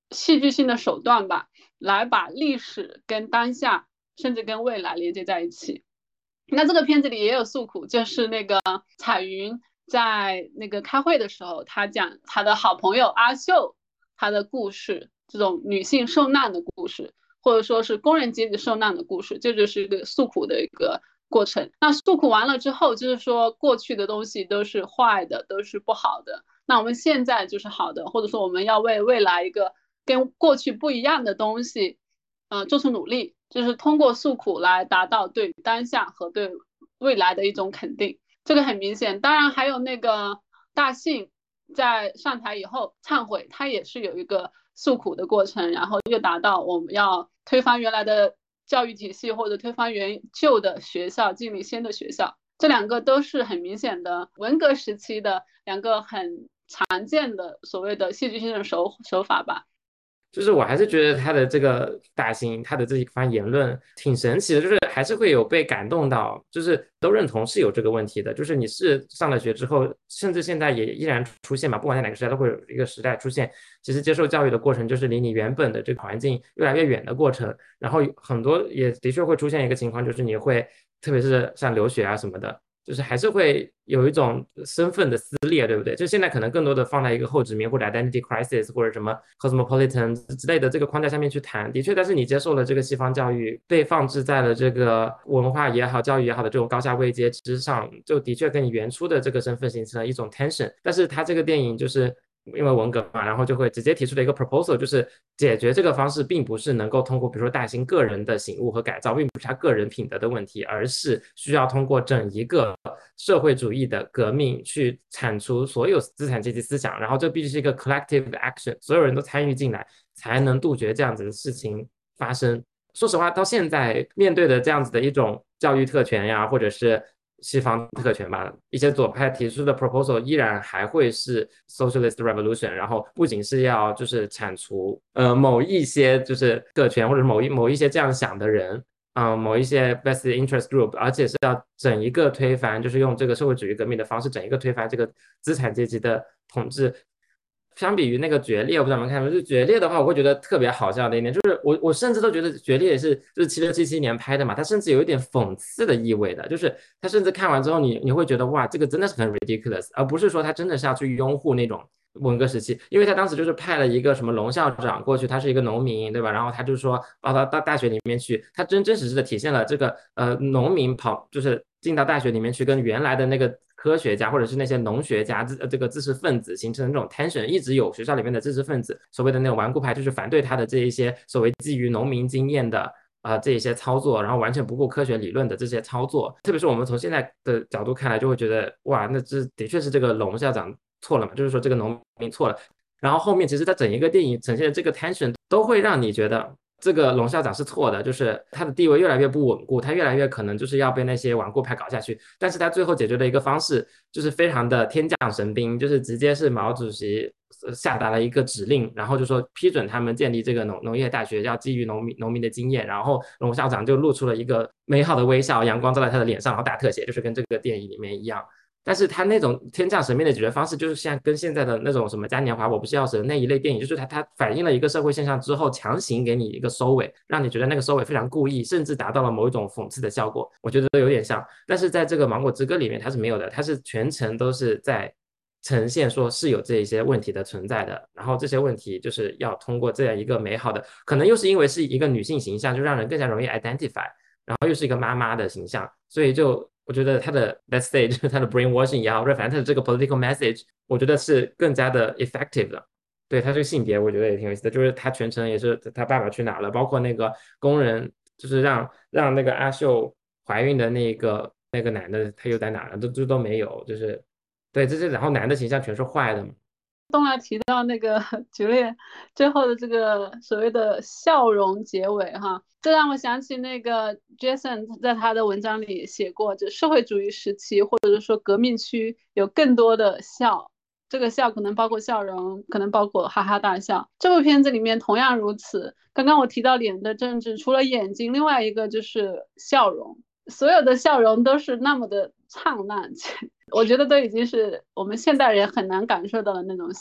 戏剧性的手段吧，来把历史跟当下甚至跟未来连接在一起。那这个片子里也有诉苦，就是那个彩云在那个开会的时候，他讲他的好朋友阿秀他的故事，这种女性受难的故事，或者说是工人阶级受难的故事，这就是一个诉苦的一个过程。那诉苦完了之后，就是说过去的东西都是坏的，都是不好的，那我们现在就是好的，或者说我们要为未来一个跟过去不一样的东西呃，做出努力，就是通过诉苦来达到对当下和对未来的一种肯定，这个很明显。当然还有那个大信在上台以后忏悔，他也是有一个诉苦的过程，然后又达到我们要推翻原来的教育体系，或者推翻原旧的学校，建立新的学校。这两个都是很明显的文革时期的两个很常见的所谓的戏剧性的手手法吧。 就是我还是觉得他的这个大兴，他的这一番言论挺神奇的，就是还是会有被感动到，就是都认同是有这个问题的，就是你是上了学之后，甚至现在也依然出现嘛，不管在哪个时代都会有一个时代出现，其实接受教育的过程就是离你原本的这个环境越来越远的过程，然后很多也的确会出现一个情况，就是你会特别是像留学啊什么的，就是还是会有一种身份的撕裂，对不对？就现在可能更多的放在一个后殖民或者 identity crisis 或者什么 cosmopolitan 之类的这个框架下面去谈，的确，但是你接受了这个西方教育，被放置在了这个文化也好、教育也好的这种高下位阶之上，就的确跟你原初的这个身份形成了一种 tension。但是他这个电影就是因为文革嘛，然后就会直接提出了一个 proposal， 就是解决这个方式并不是能够通过比如说大兴个人的醒悟和改造，并不是他个人品德的问题，而是需要通过整一个社会主义的革命去铲除所有资产阶级思想，然后这必须是一个 collective action， 所有人都参与进来，才能杜绝这样子的事情发生。说实话，到现在面对的这样子的一种教育特权呀，或者是西方特权吧，一些左派提出的 proposal 依然还会是 socialist revolution， 然后不仅是要就是铲除呃某一些就是特权或者某一某一些这样想的人，嗯、呃，某一些 best interest group， 而且是要整一个推翻，就是用这个社会主义革命的方式整一个推翻这个资产阶级的统治。相比于那个决裂，我不知道你们看过，就决裂的话，我会觉得特别好笑的一点，就是我我甚至都觉得决裂也是就是七六七七年拍的嘛，它甚至有一点讽刺的意味的，就是它甚至看完之后你你会觉得哇，这个真的是很 ridiculous， 而不是说他真的是要去拥护那种文革时期，因为他当时就是派了一个什么龙校长过去，他是一个农民，对吧？然后他就说跑到到大学里面去，他真真实实的体现了这个呃农民跑就是进到大学里面去，跟原来的那个科学家或者是那些农学家这个知识分子形成的那种 tension， 一直有学校里面的知识分子所谓的那种顽固派，就是反对他的这一些所谓基于农民经验的啊、呃、这一些操作，然后完全不顾科学理论的这些操作，特别是我们从现在的角度看来，就会觉得哇，那这的确是这个龙校长错了嘛，就是说这个农民错了。然后后面其实在整一个电影呈现的这个 tension 都会让你觉得这个龙校长是错的，就是他的地位越来越不稳固，他越来越可能就是要被那些顽固派搞下去。但是他最后解决的一个方式就是非常的天降神兵，就是直接是毛主席下达了一个指令，然后就说批准他们建立这个农农业大学，要基于农民农民的经验。然后龙校长就露出了一个美好的微笑，阳光照在他的脸上，然后大特写，就是跟这个电影里面一样。但是他那种天降神兵的解决方式，就是像跟现在的那种什么嘉年华我不是药神那一类电影，就是他他反映了一个社会现象之后，强行给你一个收尾，让你觉得那个收尾非常故意，甚至达到了某一种讽刺的效果。我觉得有点像，但是在这个《芒果之歌》里面，它是没有的，它是全程都是在呈现说是有这一些问题的存在的，然后这些问题就是要通过这样一个美好的，可能又是因为是一个女性形象，就让人更加容易 identify， 然后又是一个妈妈的形象，所以就我觉得他的 let's say 就是他的 brainwashing 也好，反正他的这个 political message， 我觉得是更加的 effective 的。对，他这个性别，我觉得也挺有意思的，就是他全程也是他爸爸去哪了，包括那个工人，就是让让那个阿秀怀孕的那个那个男的，他又在哪了，都都都没有，就是对，这是然后男的形象全是坏的嘛。 东来提到那个决裂最后的这个所谓的笑容结尾哈，这让我想起那个 Jason 在他的文章里写过，就社会主义时期或者是说革命区有更多的笑，这个笑可能包括笑容，可能包括哈哈大笑。这部片子里面同样如此。刚刚我提到脸的政治，除了眼睛，另外一个就是笑容，所有的笑容都是那么的灿烂。我觉得都已经是我们现代人很难感受到的那种笑。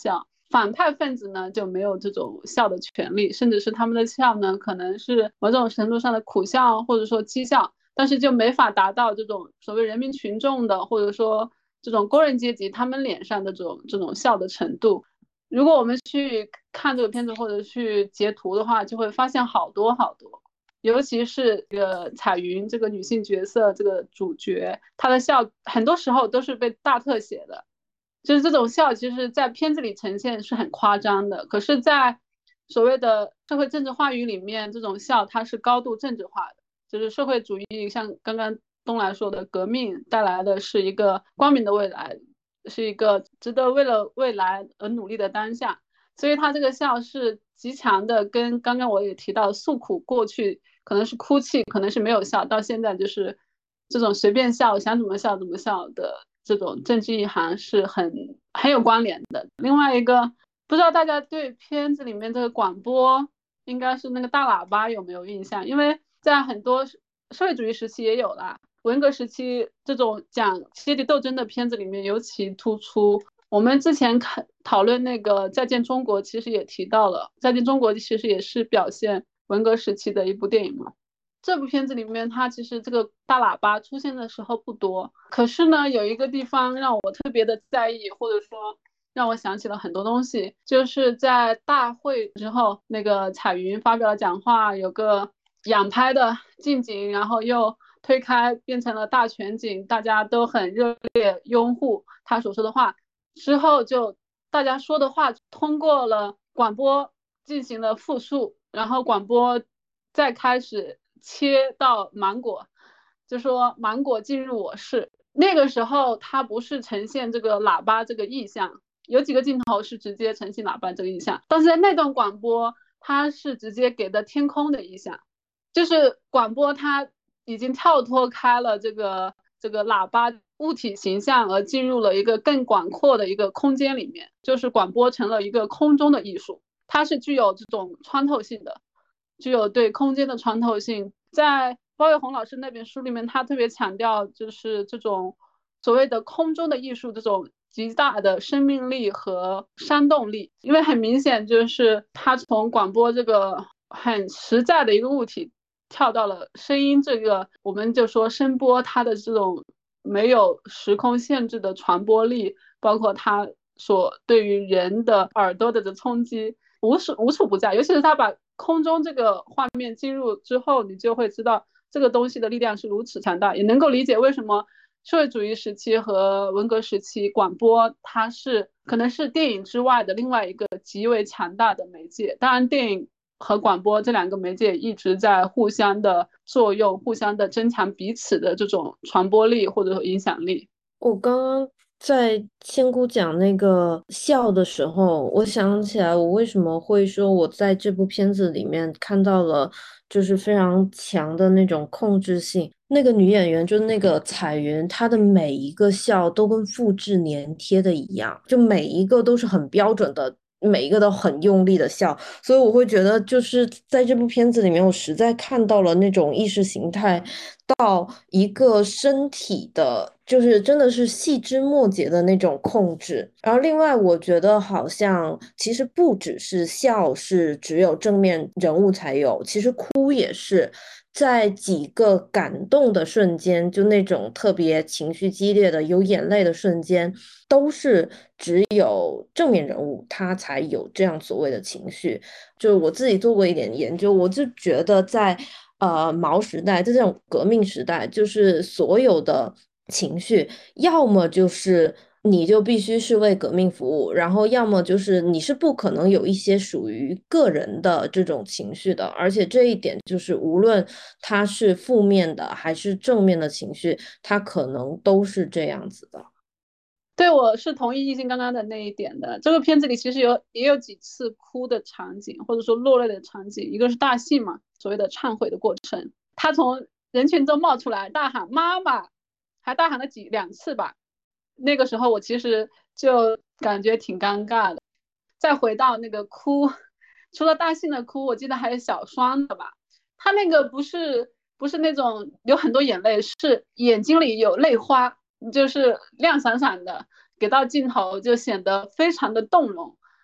反派分子呢就没有这种笑的权利，甚至是他们的笑呢可能是某种程度上的苦笑或者说讥笑，但是就没法达到这种所谓人民群众的或者说这种工人阶级他们脸上的这种这种笑的程度。如果我们去看这个片子或者去截图的话，就会发现好多好多，尤其是这个彩云这个女性角色，这个主角她的笑很多时候都是被大特写的，就是这种笑其实在片子里呈现是很夸张的，可是在所谓的社会政治话语里面，这种笑它是高度政治化的，就是社会主义像刚刚东来说的革命带来的是一个光明的未来，是一个值得为了未来而努力的当下，所以他这个笑是极强的跟刚刚我也提到诉苦过去可能是哭泣，可能是没有笑，到现在就是这种随便笑想怎么笑怎么笑的这种政治意涵是很很有关联的。另外一个不知道大家对片子里面这个广播应该是那个大喇叭有没有印象，因为在很多社会主义时期也有啦，文革时期这种讲阶级斗争的片子里面尤其突出。我们之前看讨论那个再见中国其实也提到了，再见中国其实也是表现文革时期的一部电影嘛。这部片子里面它其实这个大喇叭出现的时候不多，可是呢有一个地方让我特别的在意，或者说让我想起了很多东西，就是在大会之后那个彩云发表了讲话，有个仰拍的近景，然后又推开变成了大全景，大家都很热烈拥护他所说的话，之后就大家说的话通过了广播进行了复述，然后广播再开始切到芒果，就说芒果进入我室。那个时候它不是呈现这个喇叭这个意象，有几个镜头是直接呈现喇叭这个意象，但是在那段广播它是直接给的天空的意象，就是广播它已经跳脱开了这个这个喇叭物体形象，而进入了一个更广阔的一个空间里面，就是广播成了一个空中的艺术，它是具有这种穿透性的，具有对空间的穿透性。在包奕宏老师那本书里面，他特别强调就是这种所谓的空中的艺术，这种极大的生命力和煽动力，因为很明显就是他从广播这个很实在的一个物体跳到了声音这个，我们就说声波它的这种没有时空限制的传播力，包括它所对于人的耳朵的冲击无处无处不在，尤其是他把空中这个画面进入之后，你就会知道这个东西的力量是如此强大，也能够理解为什么社会主义时期和文革时期广播它是可能是电影之外的另外一个极为强大的媒介。当然电影和广播这两个媒介一直在互相的作用，互相的增强彼此的这种传播力或者说影响力。 我刚刚在仙姑讲那个笑的时候，我想起来我为什么会说我在这部片子里面看到了就是非常强的那种控制性。那个女演员就是那个彩云，她的每一个笑都跟复制粘贴的一样，就每一个都是很标准的，每一个都很用力的笑，所以我会觉得就是在这部片子里面，我实在看到了那种意识形态到一个身体的，就是真的是细枝末节的那种控制。然后另外我觉得好像其实不只是笑是只有正面人物才有，其实哭也是。在几个感动的瞬间，就那种特别情绪激烈的有眼泪的瞬间，都是只有正面人物他才有这样所谓的情绪。就我自己做过一点研究，我就觉得在呃毛时代，在这种革命时代，就是所有的情绪，要么就是你就必须是为革命服务，然后要么就是你是不可能有一些属于个人的这种情绪的，而且这一点就是无论它是负面的还是正面的情绪，它可能都是这样子的。 对，我是同意艺兴刚刚的那一点的。这个片子里其实有也有几次哭的场景，或者说落泪的场景。一个是大戏嘛，所谓的忏悔的过程，他从人群中冒出来，大喊妈妈，还大喊了几两次吧。那个时候我其实就感觉挺尴尬的。再回到那个哭，除了大信的哭，我记得还有小双的吧。他那个不是不是那种有很多眼泪，是眼睛里有泪花，就是亮闪闪的，给到镜头就显得非常的动容。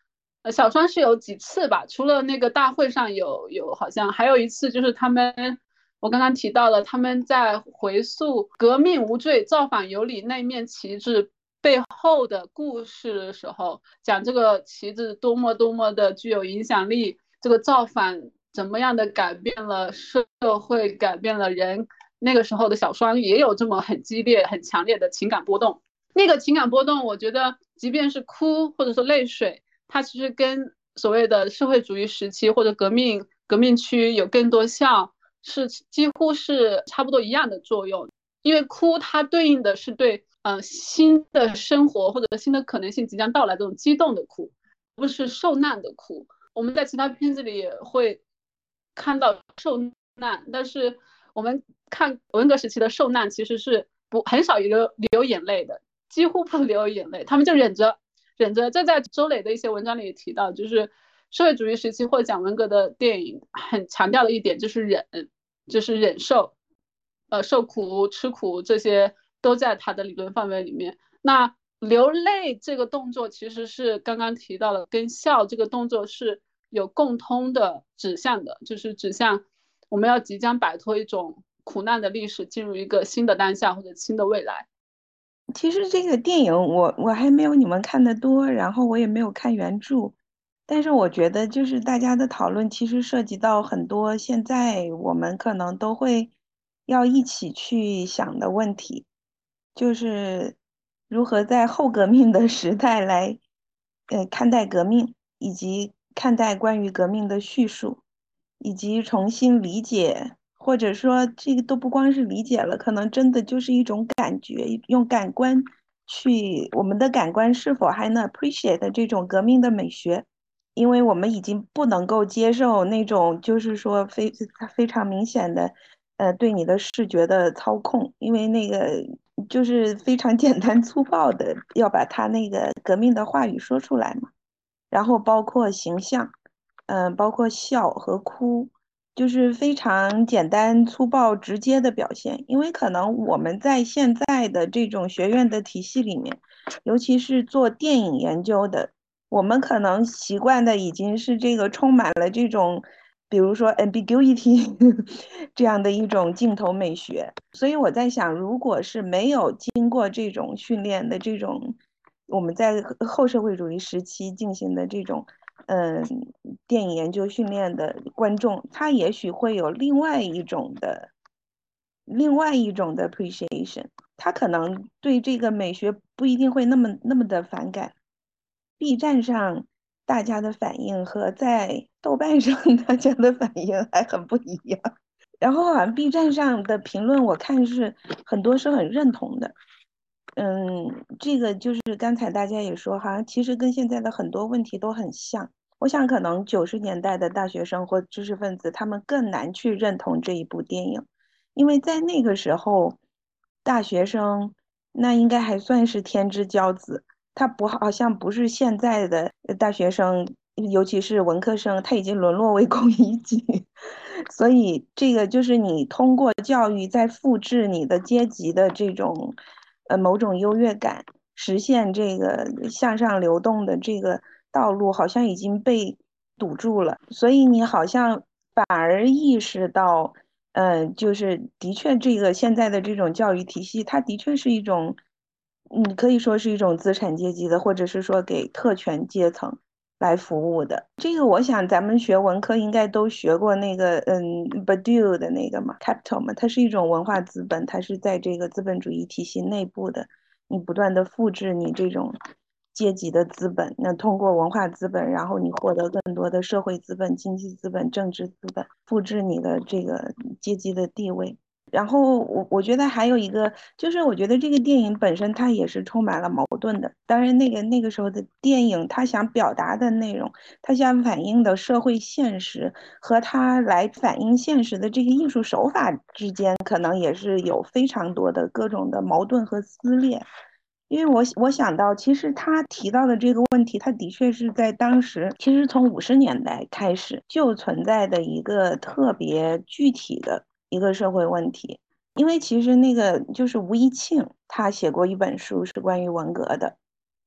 呃，小双是有几次吧，除了那个大会上有有，好像还有一次就是他们，我刚刚提到了他们在回溯革命无罪、造反有理那面旗帜背后的故事的时候，讲这个旗帜多么多么的具有影响力，这个造反怎么样的改变了社会，改变了人。那个时候的小双也有这么很激烈、很强烈的情感波动。那个情感波动，我觉得即便是哭或者说泪水。它其实跟所谓的社会主义时期或者革命革命区有更多像，是几乎是差不多一样的作用。因为哭它对应的是对呃新的生活或者新的可能性即将到来这种激动的哭，不是受难的哭。我们在其他片子里也会看到受难，但是我们看文革时期的受难其实是不很少流流眼泪的，几乎不流眼泪，他们就忍着。忍着，这在周磊的一些文章里也提到，就是社会主义时期或者讲文革的电影很强调的一点就是忍，就是忍受，呃，受苦、吃苦这些都在他的理论范围里面。那流泪这个动作其实是刚刚提到了，跟笑这个动作是有共通的指向的，就是指向我们要即将摆脱一种苦难的历史，进入一个新的当下或者新的未来。 其实这个电影我我还没有你们看的多，然后我也没有看原著，但是我觉得就是大家的讨论其实涉及到很多现在我们可能都会要一起去想的问题，就是如何在后革命的时代来呃看待革命，以及看待关于革命的叙述，以及重新理解。或者说这个都不光是理解了，可能真的就是一种感觉，用感官去，我们的感官是否还能 appreciate 这种革命的美学？因为我们已经不能够接受那种就是说非非常明显的，呃，对你的视觉的操控，因为那个就是非常简单粗暴的要把他那个革命的话语说出来嘛，然后包括形象，嗯、呃，包括笑和哭。就是非常简单、粗暴、直接的表现。因为可能我们在现在的这种学院的体系里面，尤其是做电影研究的，我们可能习惯的已经是这个充满了这种，比如说 ambiguity 这样的一种镜头美学。所以我在想，如果是没有经过这种训练的这种，我们在后社会主义时期进行的这种。嗯，电影研究训练的观众，他也许会有另外一种的，另外一种的 appreciation，他可能对这个美学不一定会那么那么的反感。B 站上大家的反应和在豆瓣上大家的反应还很不一样。然后好像 B 站上的评论，我看是很多是很认同的。嗯，这个就是刚才大家也说，好像其实跟现在的很多问题都很像。我想可能九十年代的大学生或知识分子，他们更难去认同这一部电影，因为在那个时候，大学生那应该还算是天之骄子，他不好像不是现在的大学生，尤其是文科生，他已经沦落为孔乙己。所以这个就是你通过教育在复制你的阶级的这种。呃某种优越感，实现这个向上流动的这个道路好像已经被堵住了，所以你好像反而意识到，嗯、呃，就是的确这个现在的这种教育体系，它的确是一种，嗯，可以说是一种资产阶级的，或者是说给特权阶层来服务的。这个我想咱们学文科应该都学过那个，嗯，Badiou 的那个嘛，Capital 嘛，它是一种文化资本，它是在这个资本主义体系内部的，你不断的复制你这种阶级的资本，那通过文化资本，然后你获得更多的社会资本、经济资本、政治资本，复制你的这个阶级的地位。然后我我觉得还有一个，就是我觉得这个电影本身它也是充满了矛盾的。当然，那个那个时候的电影，它想表达的内容，它想反映的社会现实和它来反映现实的这个艺术手法之间，可能也是有非常多的各种的矛盾和撕裂。因为我我想到，其实他提到的这个问题，他的确是在当时，其实从五十年代开始就存在的一个特别具体的一个社会问题。因为其实那个就是吴一庆，他写过一本书是关于文革的，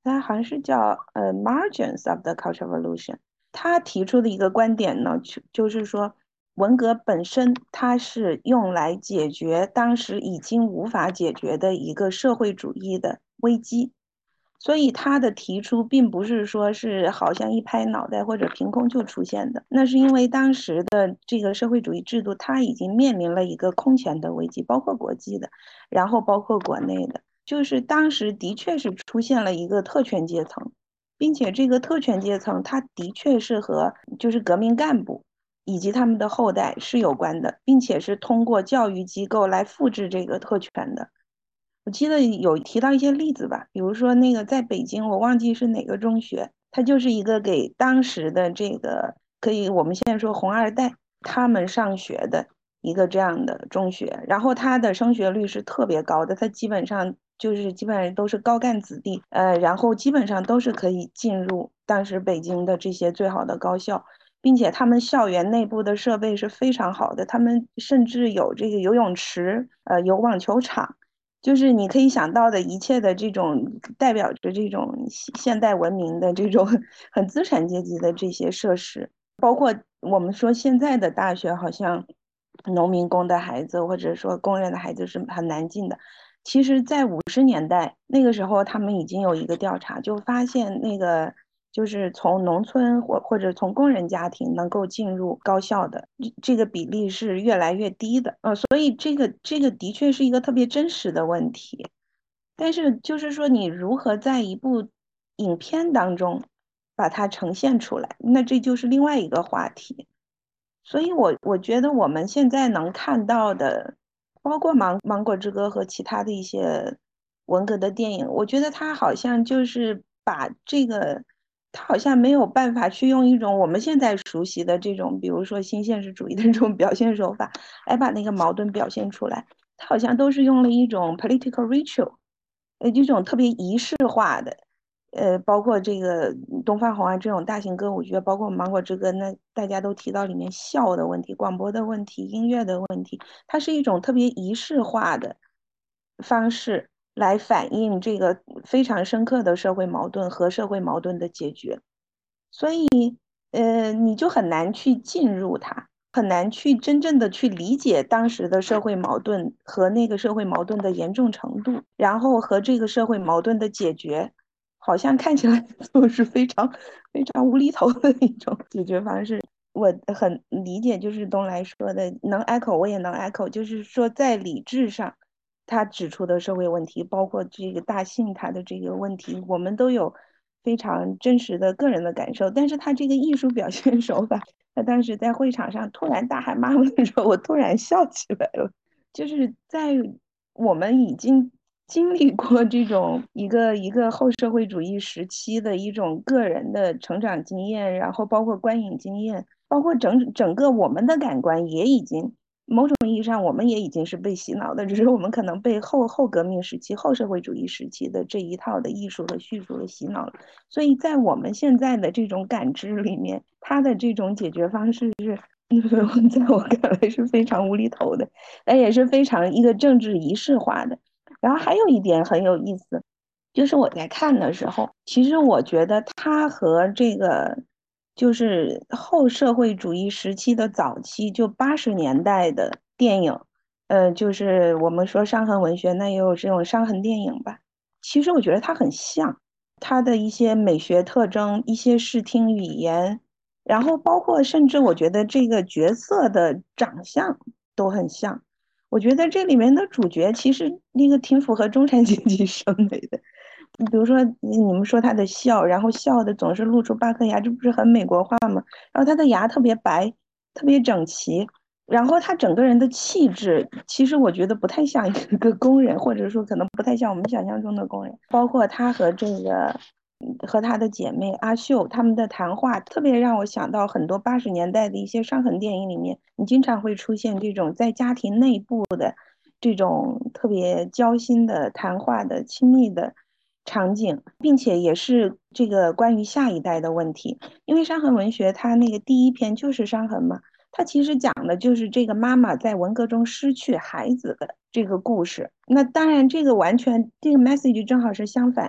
它好像是叫呃 Margins of the Cultural Revolution。他提出的一个观点呢，就就是说，文革本身它是用来解决当时已经无法解决的一个社会主义的危机。所以他的提出并不是说是好像一拍脑袋或者凭空就出现的，那是因为当时的这个社会主义制度它已经面临了一个空前的危机，包括国际的，然后包括国内的，就是当时的确是出现了一个特权阶层，并且这个特权阶层它的确是和就是革命干部以及他们的后代是有关的，并且是通过教育机构来复制这个特权的。我记得有提到一些例子吧，比如说那个在北京，我忘记是哪个中学，它就是一个给当时的这个可以我们现在说红二代他们上学的一个这样的中学，然后它的升学率是特别高的，它基本上就是基本上都是高干子弟，呃，然后基本上都是可以进入当时北京的这些最好的高校，并且他们校园内部的设备是非常好的，他们甚至有这个游泳池，呃，有网球场。就是你可以想到的一切的这种代表着这种现代文明的这种很资产阶级的这些设施，包括我们说现在的大学好像农民工的孩子或者说工人的孩子是很难进的。其实在五十年代那个时候他们已经有一个调查，就发现那个就是从农村或或者从工人家庭能够进入高校的这个比例是越来越低的，呃，所以这个这个的确是一个特别真实的问题。但是就是说你如何在一部影片当中把它呈现出来，那这就是另外一个话题。所以我我觉得我们现在能看到的，包括芒芒果之歌和其他的一些文革的电影，我觉得它好像就是把这个，它好像没有办法去用一种我们现在熟悉的这种，比如说新现实主义的这种表现手法，来把那个矛盾表现出来。它好像都是用了一种 political ritual，呃，这种特别仪式化的。呃，包括这个东方红啊这种大型歌舞剧，包括芒果之歌，那大家都提到里面笑的问题、广播的问题、音乐的问题，它是一种特别仪式化的方式来反映这个非常深刻的社会矛盾和社会矛盾的解决，所以呃，你就很难去进入它，很难去真正的去理解当时的社会矛盾和那个社会矛盾的严重程度，然后和这个社会矛盾的解决。好像看起来就是非常非常无厘头的一种解决方式。我很理解，就是东来说的，能 echo 我也能 echo，就是说在理智上，他指出的社会问题，包括这个大庆他的这个问题，我们都有非常真实的个人的感受。但是他这个艺术表现手法，他当时在会场上突然大喊妈妈的时候，我突然笑起来了，就是在我们已经经历过这种一个一个后社会主义时期的一种个人的成长经验，然后包括观影经验，包括整整个我们的感官也已经某种意义上我们也已经是被洗脑的，只是我们可能被后后革命时期、后社会主义时期的这一套的艺术和叙述的洗脑了。所以在我们现在的这种感知里面，它的这种解决方式是。在我看来是非常无厘头的，但也是非常一个政治仪式化的。然后还有一点很有意思，就是我在看的时候，其实我觉得它和这个就是后社会主义时期的早期，就八十年代的电影，呃，就是我们说伤痕文学，那也有这种伤痕电影吧。其实我觉得它很像，它的一些美学特征、一些视听语言。然后包括甚至我觉得这个角色的长相都很像，我觉得这里面的主角其实那个挺符合中产阶级审美的。你比如说你们说他的笑，然后笑的总是露出八颗牙，这不是很美国化吗？然后他的牙特别白，特别整齐，然后他整个人的气质，其实我觉得不太像一个工人，或者说可能不太像我们想象中的工人。包括他和这个和他的姐妹阿秀他们的谈话，特别让我想到很多八十年代的一些伤痕电影里面，你经常会出现这种在家庭内部的这种特别交心的谈话的亲密的场景，并且也是这个关于下一代的问题。因为伤痕文学它那个第一篇就是伤痕嘛，它其实讲的就是这个妈妈在文革中失去孩子的这个故事。那当然这个完全这个 message 正好是相反的，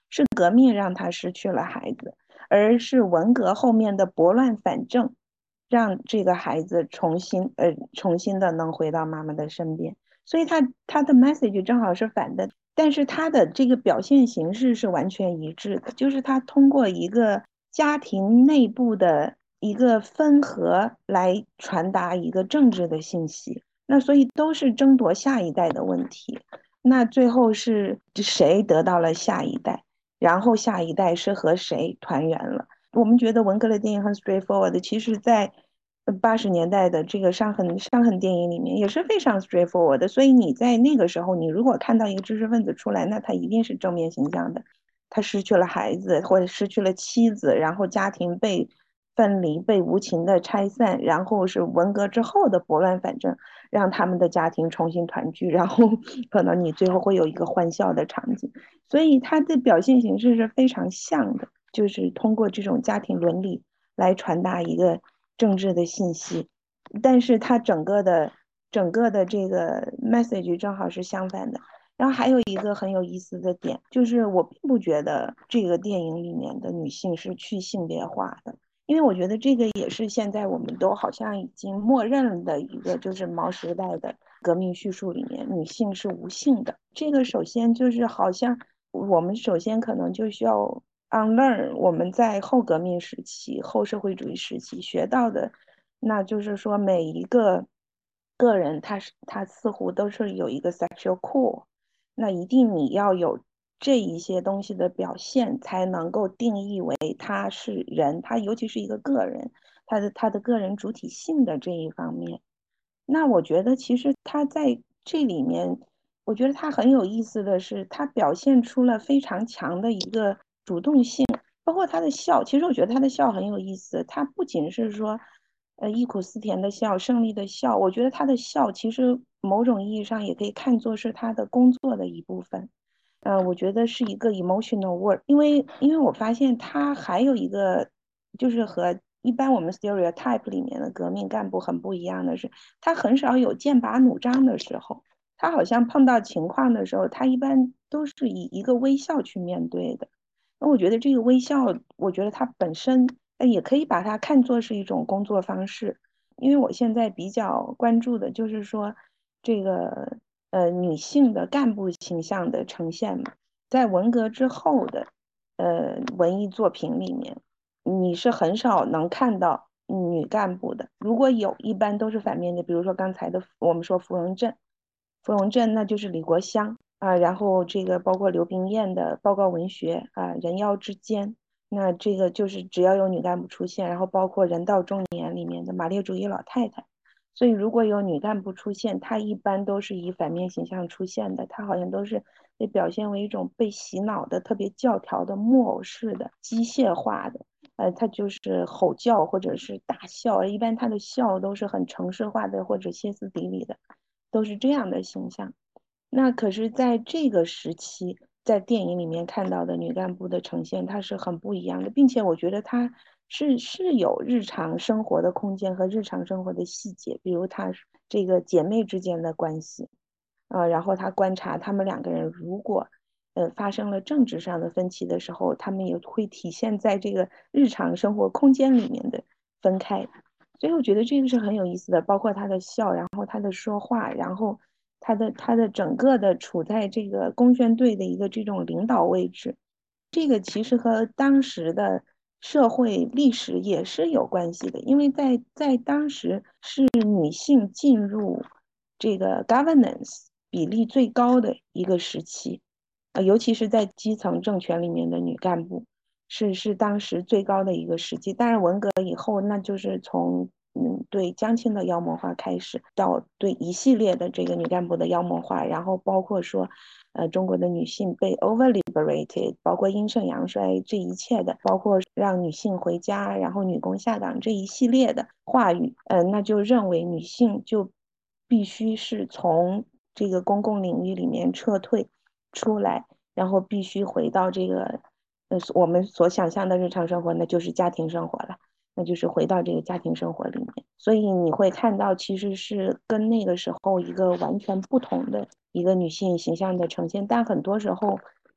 是革命让他失去了孩子，而是文革后面的拨乱反正，让这个孩子重新呃重新的能回到妈妈的身边。所以他他的 message 正好是反的，但是他的这个表现形式是完全一致的，就是他通过一个家庭内部的一个分合来传达一个政治的信息。那所以都是争夺下一代的问题。那最后是谁得到了下一代，然后下一代是和谁团圆了。我们觉得文革的电影很 straightforward，其实在八十年代的这个伤痕伤痕电影里面也是非常 straightforward 的。所以你在那个时候，你如果看到一个知识分子出来，那他一定是正面形象的。他失去了孩子，或者失去了妻子，然后家庭被分离，被无情的拆散，然后是文革之后的拨乱反正，让他们的家庭重新团聚，然后可能你最后会有一个欢笑的场景。所以他的表现形式是非常像的，就是通过这种家庭伦理来传达一个政治的信息，但是他整个的整个的这个 message 正好是相反的。然后还有一个很有意思的点，就是我并不觉得这个电影里面的女性是去性别化的，因为我觉得这个也是现在我们都好像已经默认的一个，就是毛时代的革命叙述里面，女性是无性的。这个首先就是好像我们首先可能就需要 unlearn 我们在后革命时期、后社会主义时期学到的，那就是说每一个个人他是他似乎都是有一个 sexual core。那一定你要有这一些东西的表现，才能够定义为他是人，他尤其是一个个人，他的他的个人主体性的这一方面。那我觉得其实他在这里面，我觉得他很有意思的是，他表现出了非常强的一个主动性，包括他的笑。其实我觉得他的笑很有意思，他不仅是说呃忆苦思甜的笑，胜利的笑，我觉得他的笑其实某种意义上也可以看作是他的工作的一部分。呃，我觉得是一个 emotional work。因为因为我发现他还有一个就是和一般我们 stereotype 里面的革命干部很不一样的是，他很少有剑拔弩张的时候，他好像碰到情况的时候，他一般都是以一个微笑去面对的。那我觉得这个微笑，我觉得它本身也可以把它看作是一种工作方式。因为我现在比较关注的就是说这个呃女性的干部形象的呈现嘛，在文革之后的呃文艺作品里面，你是很少能看到女干部的，如果有一般都是反面的。比如说刚才的我们说芙蓉镇，芙蓉镇那就是李国香啊，然后这个包括刘冰燕的报告文学啊，人妖之间，那这个就是只要有女干部出现，然后包括人到中年里面的马列主义老太太。所以如果有女干部出现，她一般都是以反面形象出现的，她好像都是被表现为一种被洗脑的、特别教条的、木偶式的、机械化的。呃，她就是吼叫或者是大笑，一般她的笑都是很程式化的或者歇斯底里的，都是这样的形象。那可是在这个时期，在电影里面看到的女干部的呈现，它是很不一样的，并且我觉得它是是有日常生活的空间和日常生活的细节，比如她这个姐妹之间的关系，呃，然后她观察她们两个人如果呃发生了政治上的分歧的时候，他们也会体现在这个日常生活空间里面的分开。所以我觉得这个是很有意思的，包括她的笑，然后她的说话，然后他的他的整个的处在这个工宣队的一个这种领导位置，这个其实和当时的社会历史也是有关系的。因为在在当时是女性进入这个 governance 比例最高的一个时期，呃，尤其是在基层政权里面的女干部是是当时最高的一个时期。当然文革以后，那就是从嗯，对江青的妖魔化开始，到对一系列的这个女干部的妖魔化，然后包括说，呃，中国的女性被 over liberated，包括阴盛阳衰这一切的，包括让女性回家，然后女工下岗这一系列的话语，呃，那就认为女性就必须是从这个公共领域里面撤退出来，然后必须回到这个，呃，我们所想象的日常生活，那就是家庭生活了。那就是回到这个家庭生活里面，所以你会看到其实是跟那个时候一个完全不同的一个女性形象的呈现。但很多时候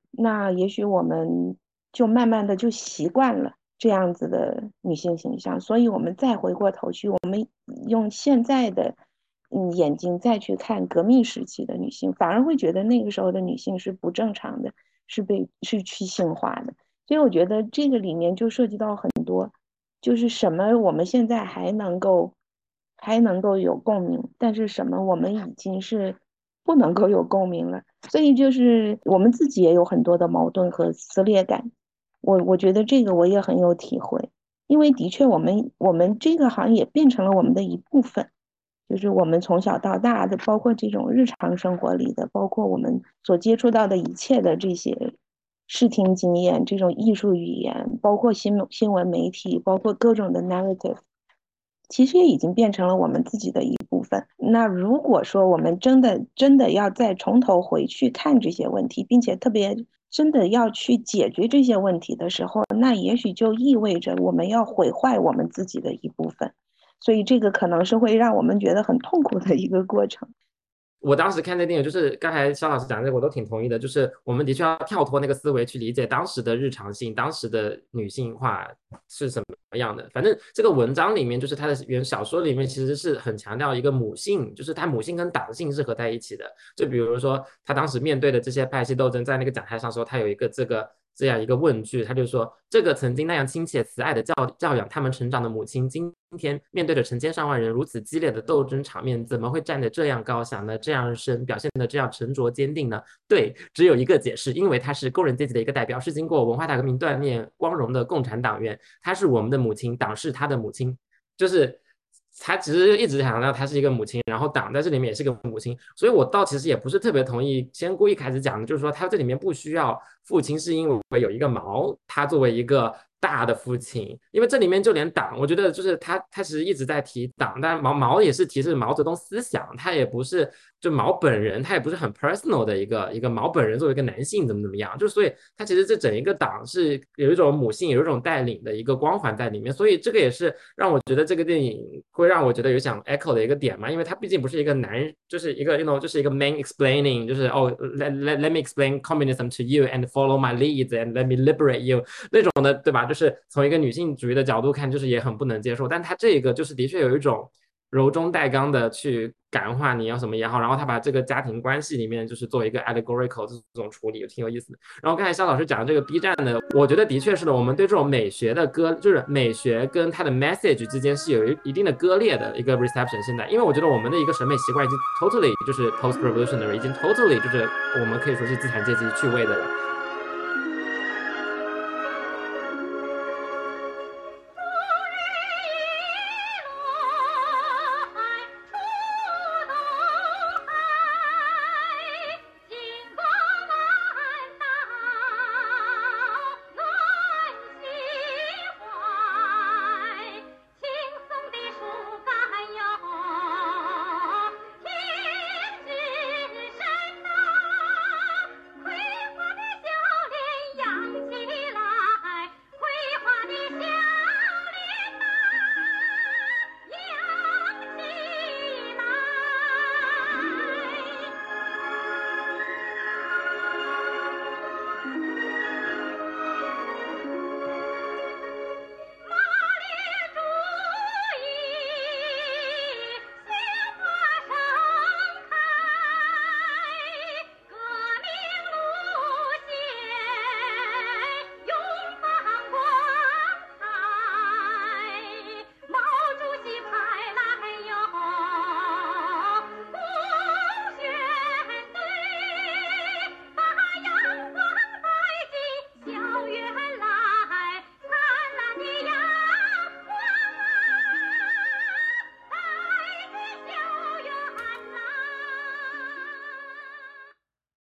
那也许我们就慢慢的就习惯了这样子的女性形象，所以我们再回过头去，我们用现在的嗯眼睛再去看革命时期的女性，反而会觉得那个时候的女性是不正常的，是被是去性化的。所以我觉得这个里面就涉及到很多，就是什么我们现在还能够还能够有共鸣，但是什么我们已经是不能够有共鸣了。所以就是我们自己也有很多的矛盾和撕裂感。我我觉得这个我也很有体会，因为的确我们我们这个行业变成了我们的一部分，就是我们从小到大的，包括这种日常生活里的，包括我们所接触到的一切的这些视听经验，这种艺术语言，包括新新闻媒体，包括各种的 narrative，其实也已经变成了我们自己的一部分。那如果说我们真的真的要再从头回去看这些问题，并且特别真的要去解决这些问题的时候，那也许就意味着我们要毁坏我们自己的一部分。所以这个可能是会让我们觉得很痛苦的一个过程。 我当时看这电影，就是刚才肖老师讲的，我都挺同意的。就是我们的确要跳脱那个思维去理解当时的日常性，当时的女性化是什么样的。反正这个文章里面，就是他的原小说里面，其实是很强调一个母性，就是他母性跟党性是合在一起的。就比如说他当时面对的这些派系斗争，在那个讲台上说，他有一个这个这样一个问句，他就说，这个曾经那样亲切慈爱的教教养他们成长的母亲，今天面对着成千上万人如此激烈的斗争场面，怎么会站得这样高响呢？这样深，表现得这样沉着坚定呢？对，只有一个解释，因为他是工人阶级的一个代表，是经过文化大革命锻炼光荣的共产党员，他是我们的母亲，党是他的母亲，就是他其实一直强调他是一个母亲，然后党在这里面也是个母亲，所以我倒其实也不是特别同意先姑一开始讲的，就是说他这里面不需要父亲，是因为有一个毛，他作为一个大的父亲，因为这里面就连党，我觉得就是他他其实一直在提党，但毛毛也是提示毛泽东思想，他也不是就毛本人，他也不是很 personal 的一个一个毛本人作为一个男性怎么怎么样，就所以他其实这整一个党是有一种母性，有一种带领的一个光环在里面，所以这个也是让我觉得这个电影会让我觉得有想 echo 的一个点嘛，因为他毕竟不是一个男，就是一个 you know 就是一个 man explaining， 就是哦 let, let, let me explain communism to you and follow my leads and let me liberate you 那种的，对吧？就是从一个女性主义的角度看，就是也很不能接受，但他这个就是的确有一种柔中带刚的去感化你要什么也好，然后他把这个家庭关系里面就是做一个 allegorical 这种处理，挺有意思的。然后刚才肖老师讲的这个 B 站的，我觉得的确是的，我们对这种美学的割，就是美学跟它的 message 之间是有一定的割裂的一个 reception。现在，因为我觉得我们的一个审美习惯已经 totally 就是 post revolutionary， 已经 totally 就是我们可以说是资产阶级趣味的了。